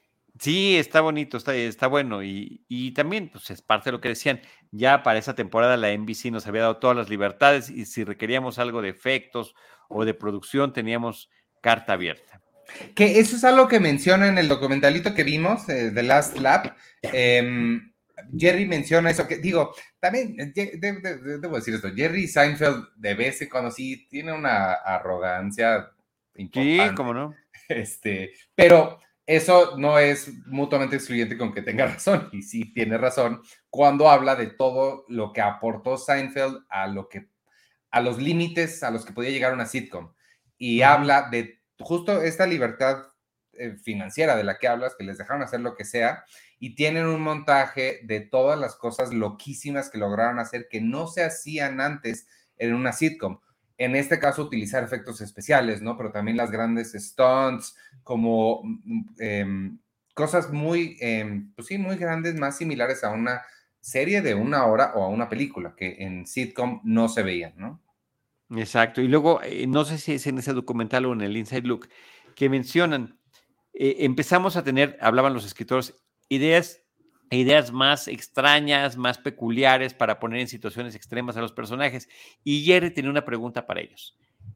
Sí, está bonito, está, está bueno. Y, y también, pues es parte de lo que decían. Ya para esa temporada la N B C nos había dado todas las libertades y si requeríamos algo de efectos o de producción, teníamos carta abierta. Que eso es algo que menciona en el documentalito que vimos, eh, The Last Lap. Eh, Jerry menciona eso, que digo, también de, de, de, debo decir esto, Jerry Seinfeld de vez en cuando sí tiene una arrogancia importante. Sí, cómo no. Este, pero eso no es mutuamente excluyente con que tenga razón, y sí tiene razón cuando habla de todo lo que aportó Seinfeld a lo que, a los límites a los que podía llegar una sitcom, y uh-huh. habla de justo esta libertad eh, financiera de la que hablas, que les dejaron hacer lo que sea, y tienen un montaje de todas las cosas loquísimas que lograron hacer que no se hacían antes en una sitcom. En este caso, utilizar efectos especiales, ¿no? Pero también las grandes stunts, como eh, cosas muy, eh, pues sí, muy grandes, más similares a una serie de una hora o a una película, que en sitcom no se veían, ¿no? Exacto. Y luego, eh, no sé si es en ese documental o en el Inside Look, que mencionan, eh, empezamos a tener, hablaban los escritores, ideas ideas más extrañas, más peculiares para poner en situaciones extremas a los personajes. Y Jerry tenía una pregunta para ellos.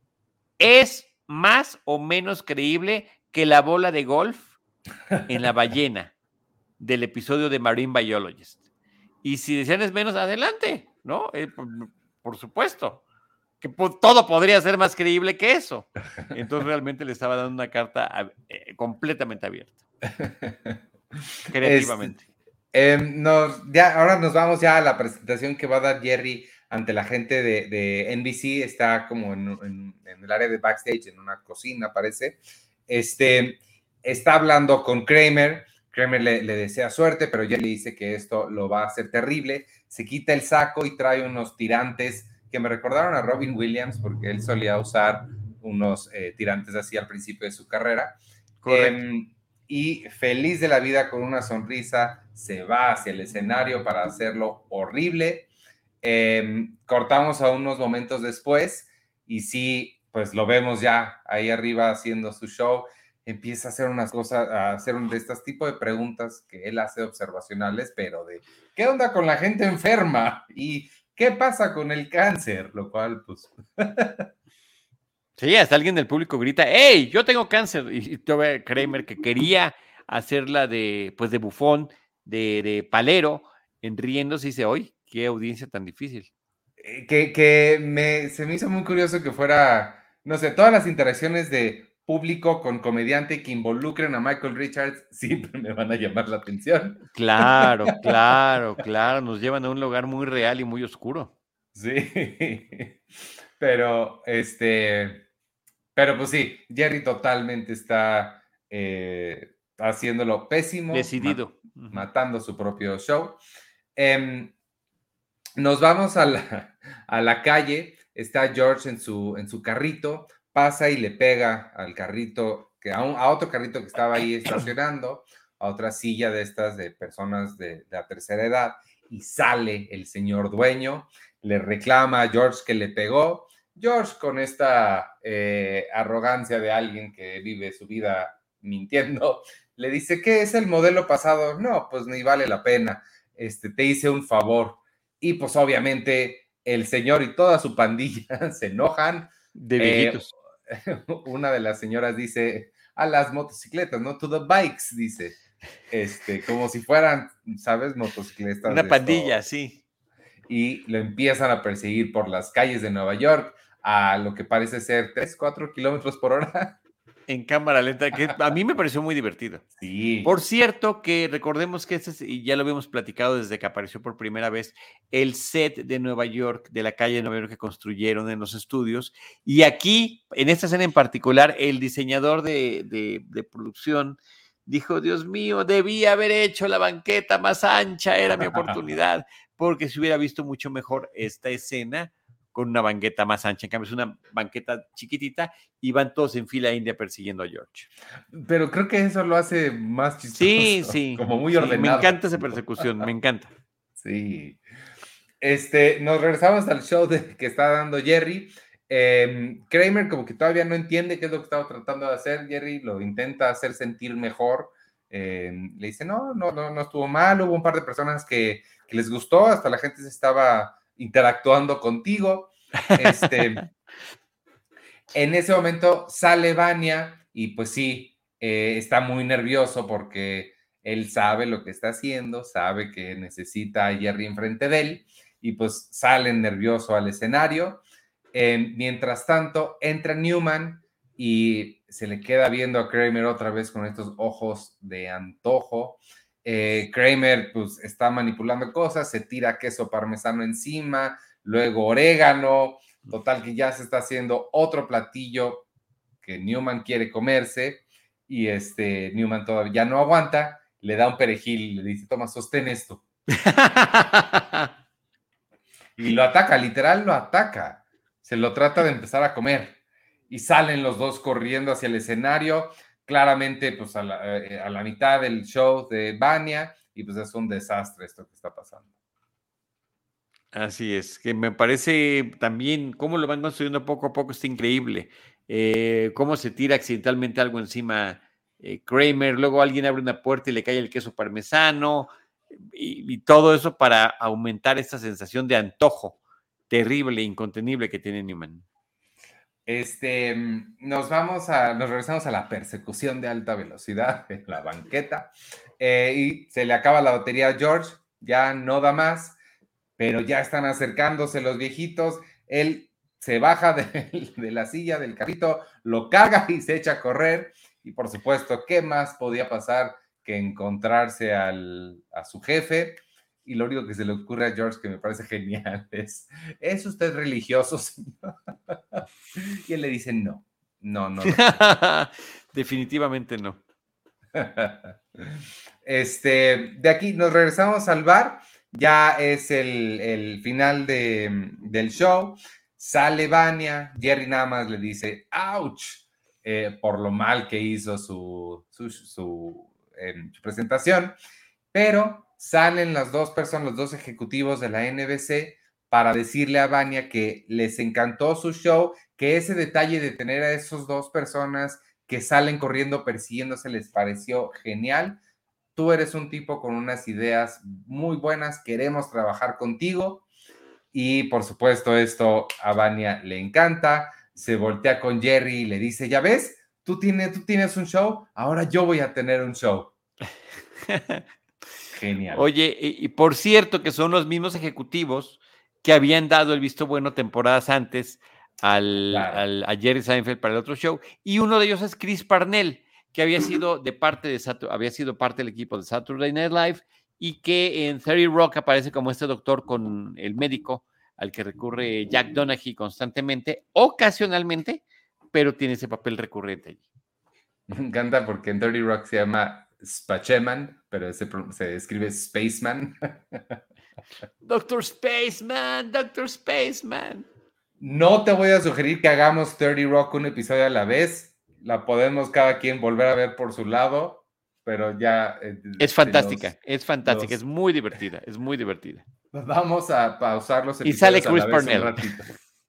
¿Es más o menos creíble que la bola de golf en la ballena del episodio de Marine Biologist? Y si decían es menos, adelante, ¿no? Eh, por, por supuesto. Que po- todo podría ser más creíble que eso. Entonces realmente le estaba dando una carta eh, completamente abierta. Creativamente. Este, eh, nos, ya, ahora nos vamos ya a la presentación que va a dar Jerry ante la gente de, de N B C. Está como en, en, en el área de backstage, en una cocina, parece. Este, está hablando con Kramer. Kramer le, le desea suerte, pero Jerry le dice que esto lo va a hacer terrible. Se quita el saco y trae unos tirantes que me recordaron a Robin Williams, porque él solía usar unos eh, tirantes así al principio de su carrera. Correcto. Eh, y feliz de la vida, con una sonrisa, se va hacia el escenario para hacerlo horrible. Eh, cortamos a unos momentos después y sí, pues lo vemos ya ahí arriba haciendo su show. Empieza a hacer unas cosas, a hacer un de estos tipos de preguntas que él hace observacionales, pero de ¿qué onda con la gente enferma? ¿Y qué pasa con el cáncer? Lo cual, pues... Sí, hasta alguien del público grita, ¡hey, yo tengo cáncer! Y tú ves Kramer que quería hacerla de, pues, de bufón, de, de palero, en riéndose y dice, ¡oye, qué audiencia tan difícil! Que, que me, se me hizo muy curioso que fuera, no sé, todas las interacciones de público con comediante que involucren a Michael Richards siempre me van a llamar la atención. Claro, claro, claro, nos llevan a un lugar muy real y muy oscuro. Sí, pero este, Pero pues sí, Jerry totalmente está eh, haciéndolo pésimo, Decidido. ma- matando su propio show. Eh, nos vamos a la, a la calle, está George en su, en su carrito, pasa y le pega al carrito, que a, un, a otro carrito que estaba ahí estacionando, a otra silla de estas de personas de, de la tercera edad, y sale el señor dueño, le reclama a George que le pegó. George, con esta eh, arrogancia de alguien que vive su vida mintiendo, le dice, ¿qué es el modelo pasado? No, pues ni vale la pena, este, te hice un favor. Y pues obviamente el señor y toda su pandilla se enojan. De Eh, viejitos. una de las señoras dice, a las motocicletas, no to the bikes, dice, este, como si fueran, ¿sabes? Motocicletas. Una de pandilla, esto. sí. Y lo empiezan a perseguir por las calles de Nueva York a lo que parece ser tres, cuatro kilómetros por hora. En cámara lenta, que a mí me pareció muy divertido. Sí. Por cierto, que recordemos que este, es, y ya lo habíamos platicado desde que apareció por primera vez, el set de Nueva York, de la calle de Nueva York que construyeron en los estudios. Y aquí, en esta escena en particular, el diseñador de, de, de producción dijo, Dios mío, debí haber hecho la banqueta más ancha, era mi oportunidad, porque se hubiera visto mucho mejor esta escena con una banqueta más ancha. En cambio, es una banqueta chiquitita y van todos en fila india persiguiendo a George. Pero creo que eso lo hace más chistoso. Sí, sí. Como muy sí, ordenado. Me encanta esa persecución, me encanta. Sí. Este, nos regresamos al show de, que está dando Jerry. Eh, Kramer como que todavía no entiende qué es lo que estaba tratando de hacer. Jerry lo intenta hacer sentir mejor. Eh, le dice, no, no, no, no estuvo mal. Hubo un par de personas que, que les gustó. Hasta la gente se estaba interactuando contigo. Este, en ese momento sale Vania y pues sí, eh, está muy nervioso porque él sabe lo que está haciendo, sabe que necesita a Jerry enfrente de él y pues sale nervioso al escenario. Eh, mientras tanto, entra Newman y se le queda viendo a Kramer otra vez con estos ojos de antojo. Eh, Kramer pues está manipulando cosas, se tira queso parmesano encima, luego orégano, total que ya se está haciendo otro platillo que Newman quiere comerse y este Newman todavía no aguanta, le da un perejil y le dice, toma, sostén esto. Y lo ataca, literal lo ataca. Se lo trata de empezar a comer. Y salen los dos corriendo hacia el escenario, claramente pues a la, eh, a la mitad del show de Vania, y pues es un desastre esto que está pasando. Así es, que me parece también cómo lo van construyendo poco a poco, está increíble. Eh, cómo se tira accidentalmente algo encima eh, Kramer, luego alguien abre una puerta y le cae el queso parmesano, y, y todo eso para aumentar esta sensación de antojo terrible, incontenible que tiene Newman. Este, nos vamos a, nos regresamos a la persecución de alta velocidad en la banqueta eh, y se le acaba la batería a George, ya no da más, pero ya están acercándose los viejitos, él se baja de, de la silla del carrito, lo carga y se echa a correr y por supuesto, ¿qué más podía pasar que encontrarse al, a su jefe? Y lo único que se le ocurre a George, que me parece genial, es, ¿es usted religioso, señor? Y él le dice, no, no, no. no. Definitivamente no. Este, de aquí nos regresamos al bar, ya es el, el final de, del show, sale Vania, Jerry nada más le dice, ouch, eh, por lo mal que hizo su, su, su, eh, su presentación, pero salen las dos personas, los dos ejecutivos de la N B C para decirle a Vania que les encantó su show, que ese detalle de tener a esas dos personas que salen corriendo persiguiéndose les pareció genial. Tú eres un tipo con unas ideas muy buenas, queremos trabajar contigo. Y por supuesto esto a Vania le encanta, se voltea con Jerry y le dice, ya ves, tú tienes, tú tienes un show, ahora yo voy a tener un show. Genial. Oye, y, y por cierto que son los mismos ejecutivos que habían dado el visto bueno temporadas antes al, Claro. al, a Jerry Seinfeld para el otro show, y uno de ellos es Chris Parnell, que había sido de parte de Satur- había sido parte del equipo de Saturday Night Live y que en thirty Rock aparece como este doctor con el médico al que recurre Jack Donaghy constantemente, ocasionalmente, pero tiene ese papel recurrente allí. Me encanta porque en thirty Rock se llama Spaceman, pero se, se escribe Spaceman. Doctor Spaceman, Doctor Spaceman. No te voy a sugerir que hagamos thirty Rock un episodio a la vez. La podemos cada quien volver a ver por su lado, pero ya... Eh, es fantástica, los, es fantástica, los... es muy divertida, es muy divertida. Vamos a pausar los episodios y sale Chris a la vez Parnell. un ratito.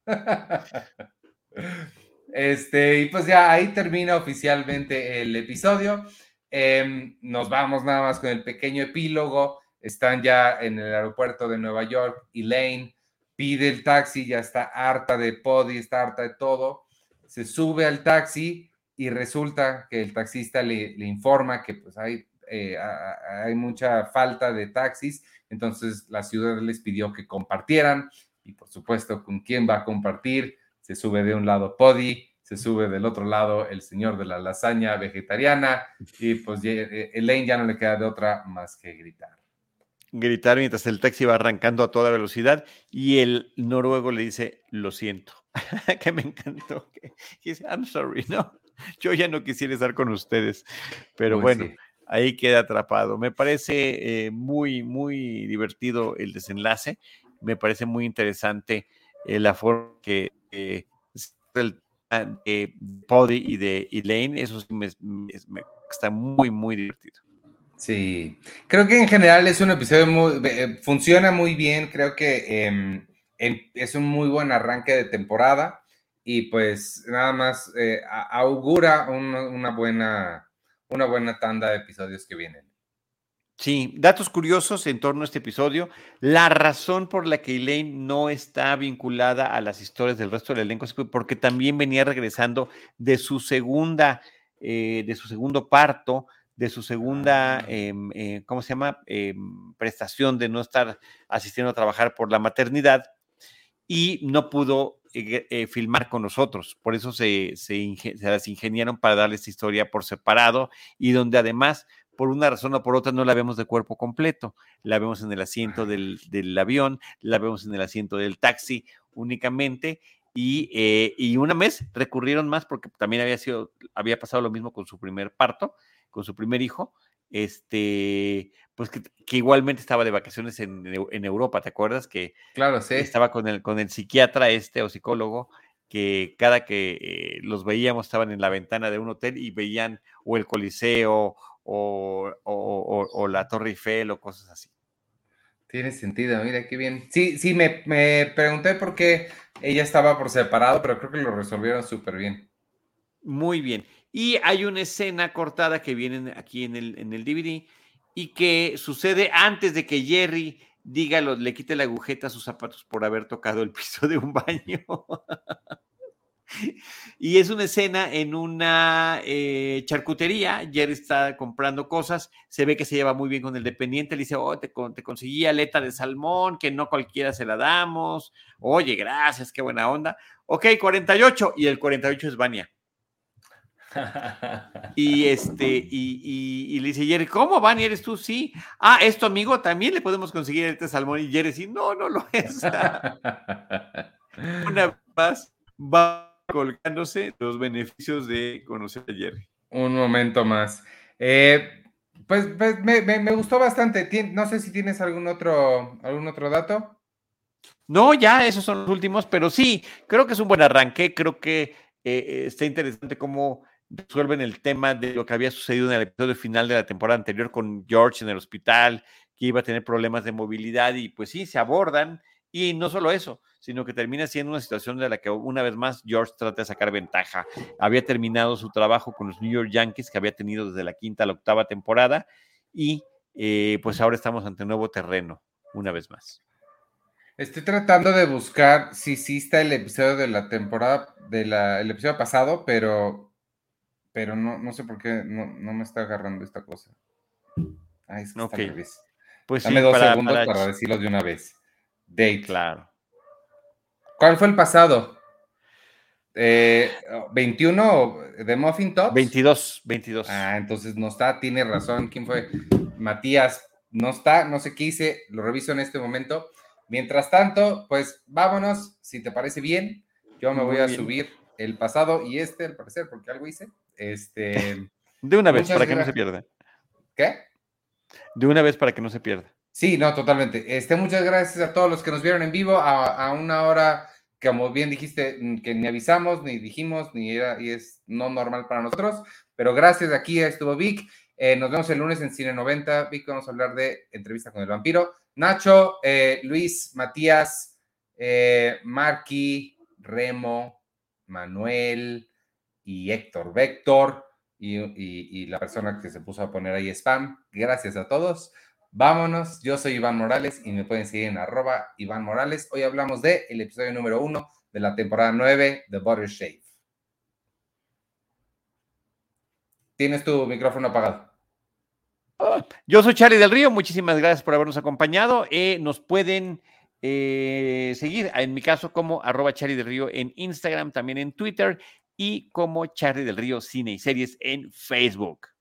Este, y pues ya ahí termina oficialmente el episodio. Eh, nos vamos nada más con el pequeño epílogo. Están ya en el aeropuerto de Nueva York. Elaine pide el taxi, ya está harta de Poddy, está harta de todo. Se sube al taxi y resulta que el taxista le, le informa que pues hay, eh, hay mucha falta de taxis. Entonces la ciudad les pidió que compartieran. Y por supuesto, ¿con quién va a compartir? Se sube de un lado Poddy, se sube del otro lado el señor de la lasaña vegetariana, y pues Elaine ya no le queda de otra más que gritar. Gritar mientras el taxi va arrancando a toda velocidad, y el noruego le dice, lo siento, que me encantó. Dice, I'm sorry, no, yo ya no quisiera estar con ustedes, pero Uy, bueno, sí. Ahí queda atrapado. Me parece eh, muy, muy divertido el desenlace, me parece muy interesante eh, la forma que eh, el de Poddy y de Elaine, eso sí me, me, me, está muy, muy divertido. Sí, creo que en general es un episodio muy, eh, funciona muy bien, creo que eh, en, es un muy buen arranque de temporada y pues nada más eh, augura una, una, buena, una buena tanda de episodios que vienen. Sí, datos curiosos en torno a este episodio. La razón por la que Elaine no está vinculada a las historias del resto del elenco es porque también venía regresando de su segunda, eh, de su segundo parto, de su segunda, eh, eh, ¿cómo se llama? Eh, prestación de no estar asistiendo a trabajar por la maternidad y no pudo eh, eh, filmar con nosotros. Por eso se, se, se las ingeniaron para darle esta historia por separado y donde además por una razón o por otra no la vemos de cuerpo completo, la vemos en el asiento del, del avión, la vemos en el asiento del taxi únicamente, y, eh, y una vez recurrieron más porque también había sido, había pasado lo mismo con su primer parto, con su primer hijo, este, pues que, que igualmente estaba de vacaciones en, en Europa, ¿te acuerdas? Que claro, sí. Estaba con el, con el psiquiatra este o psicólogo, que cada que eh, los veíamos estaban en la ventana de un hotel y veían o el Coliseo O, o, o, o la Torre Eiffel o cosas así. Tiene sentido, mira qué bien. Sí, sí, me, me pregunté por qué ella estaba por separado, pero creo que lo resolvieron súper bien. Muy bien. Y hay una escena cortada que viene aquí en el, en el D V D y que sucede antes de que Jerry diga, lo, le quite la agujeta a sus zapatos por haber tocado el piso de un baño. Y es una escena en una eh, charcutería. Jerry está comprando cosas, se ve que se lleva muy bien con el dependiente, le dice, oh, te, te conseguí aleta de salmón, que no cualquiera se la damos, oye, gracias, qué buena onda, ok, cuarenta y ocho, y el cuarenta y ocho es Vania. Y este, y, y, y le dice Jerry, ¿cómo, Vania, eres tú? Sí. Ah, ¿es tu amigo? También le podemos conseguir aleta de salmón, y Jerry sí, no, no lo es. Una vez más, va colgándose los beneficios de conocer a Jerry. Un momento más. Eh, pues, pues me, me, me, gustó bastante. No sé si tienes algún otro, algún otro dato. No, ya esos son los últimos, pero sí, creo que es un buen arranque. Creo que eh, está interesante cómo resuelven el tema de lo que había sucedido en el episodio final de la temporada anterior con George en el hospital, que iba a tener problemas de movilidad, y pues sí, se abordan. Y no solo eso, sino que termina siendo una situación de la que una vez más George trata de sacar ventaja. Había terminado su trabajo con los New York Yankees, que había tenido desde la quinta a la octava temporada, y eh, pues ahora estamos ante nuevo terreno, una vez más. Estoy tratando de buscar si sí está el episodio de la temporada, de la, el episodio pasado, pero, pero no, no sé por qué no, no me está agarrando esta cosa. Ay, es que okay. Está al revés. Pues Dame sí, dos para, segundos para... para decirlo de una vez. Date. Claro. ¿Cuál fue el pasado? Eh, ¿veintiuno de Muffin Tops? veintidós, veintidós. Ah, entonces no está, tiene razón. ¿Quién fue? Matías, no está, no sé qué hice, lo reviso en este momento. Mientras tanto, pues vámonos, si te parece bien. Yo me Muy voy a bien. subir el pasado y este, al parecer, porque algo hice. Este, de una vez, para que gra- no se pierda. ¿Qué? De una vez para que no se pierda. Sí, no, totalmente. Este, muchas gracias a todos los que nos vieron en vivo a, a una hora, como bien dijiste, que ni avisamos, ni dijimos, ni era, y es no normal para nosotros, pero gracias, aquí estuvo Vic. Eh, nos vemos el lunes en Cine noventa. Vic, vamos a hablar de Entrevista con el Vampiro. Nacho, eh, Luis, Matías, eh, Marky, Remo, Manuel y Héctor Vector y, y, y la persona que se puso a poner ahí spam. Gracias a todos. Vámonos, yo soy Iván Morales y me pueden seguir en arroba Iván Morales. Hoy hablamos de el episodio número uno de la temporada nueve de Butter Shave. Tienes tu micrófono apagado. Yo soy Charlie del Río, muchísimas gracias por habernos acompañado. Eh, nos pueden eh, seguir, en mi caso, como arroba Charlie del Río en Instagram, también en Twitter, y como Charlie del Río Cine y Series en Facebook.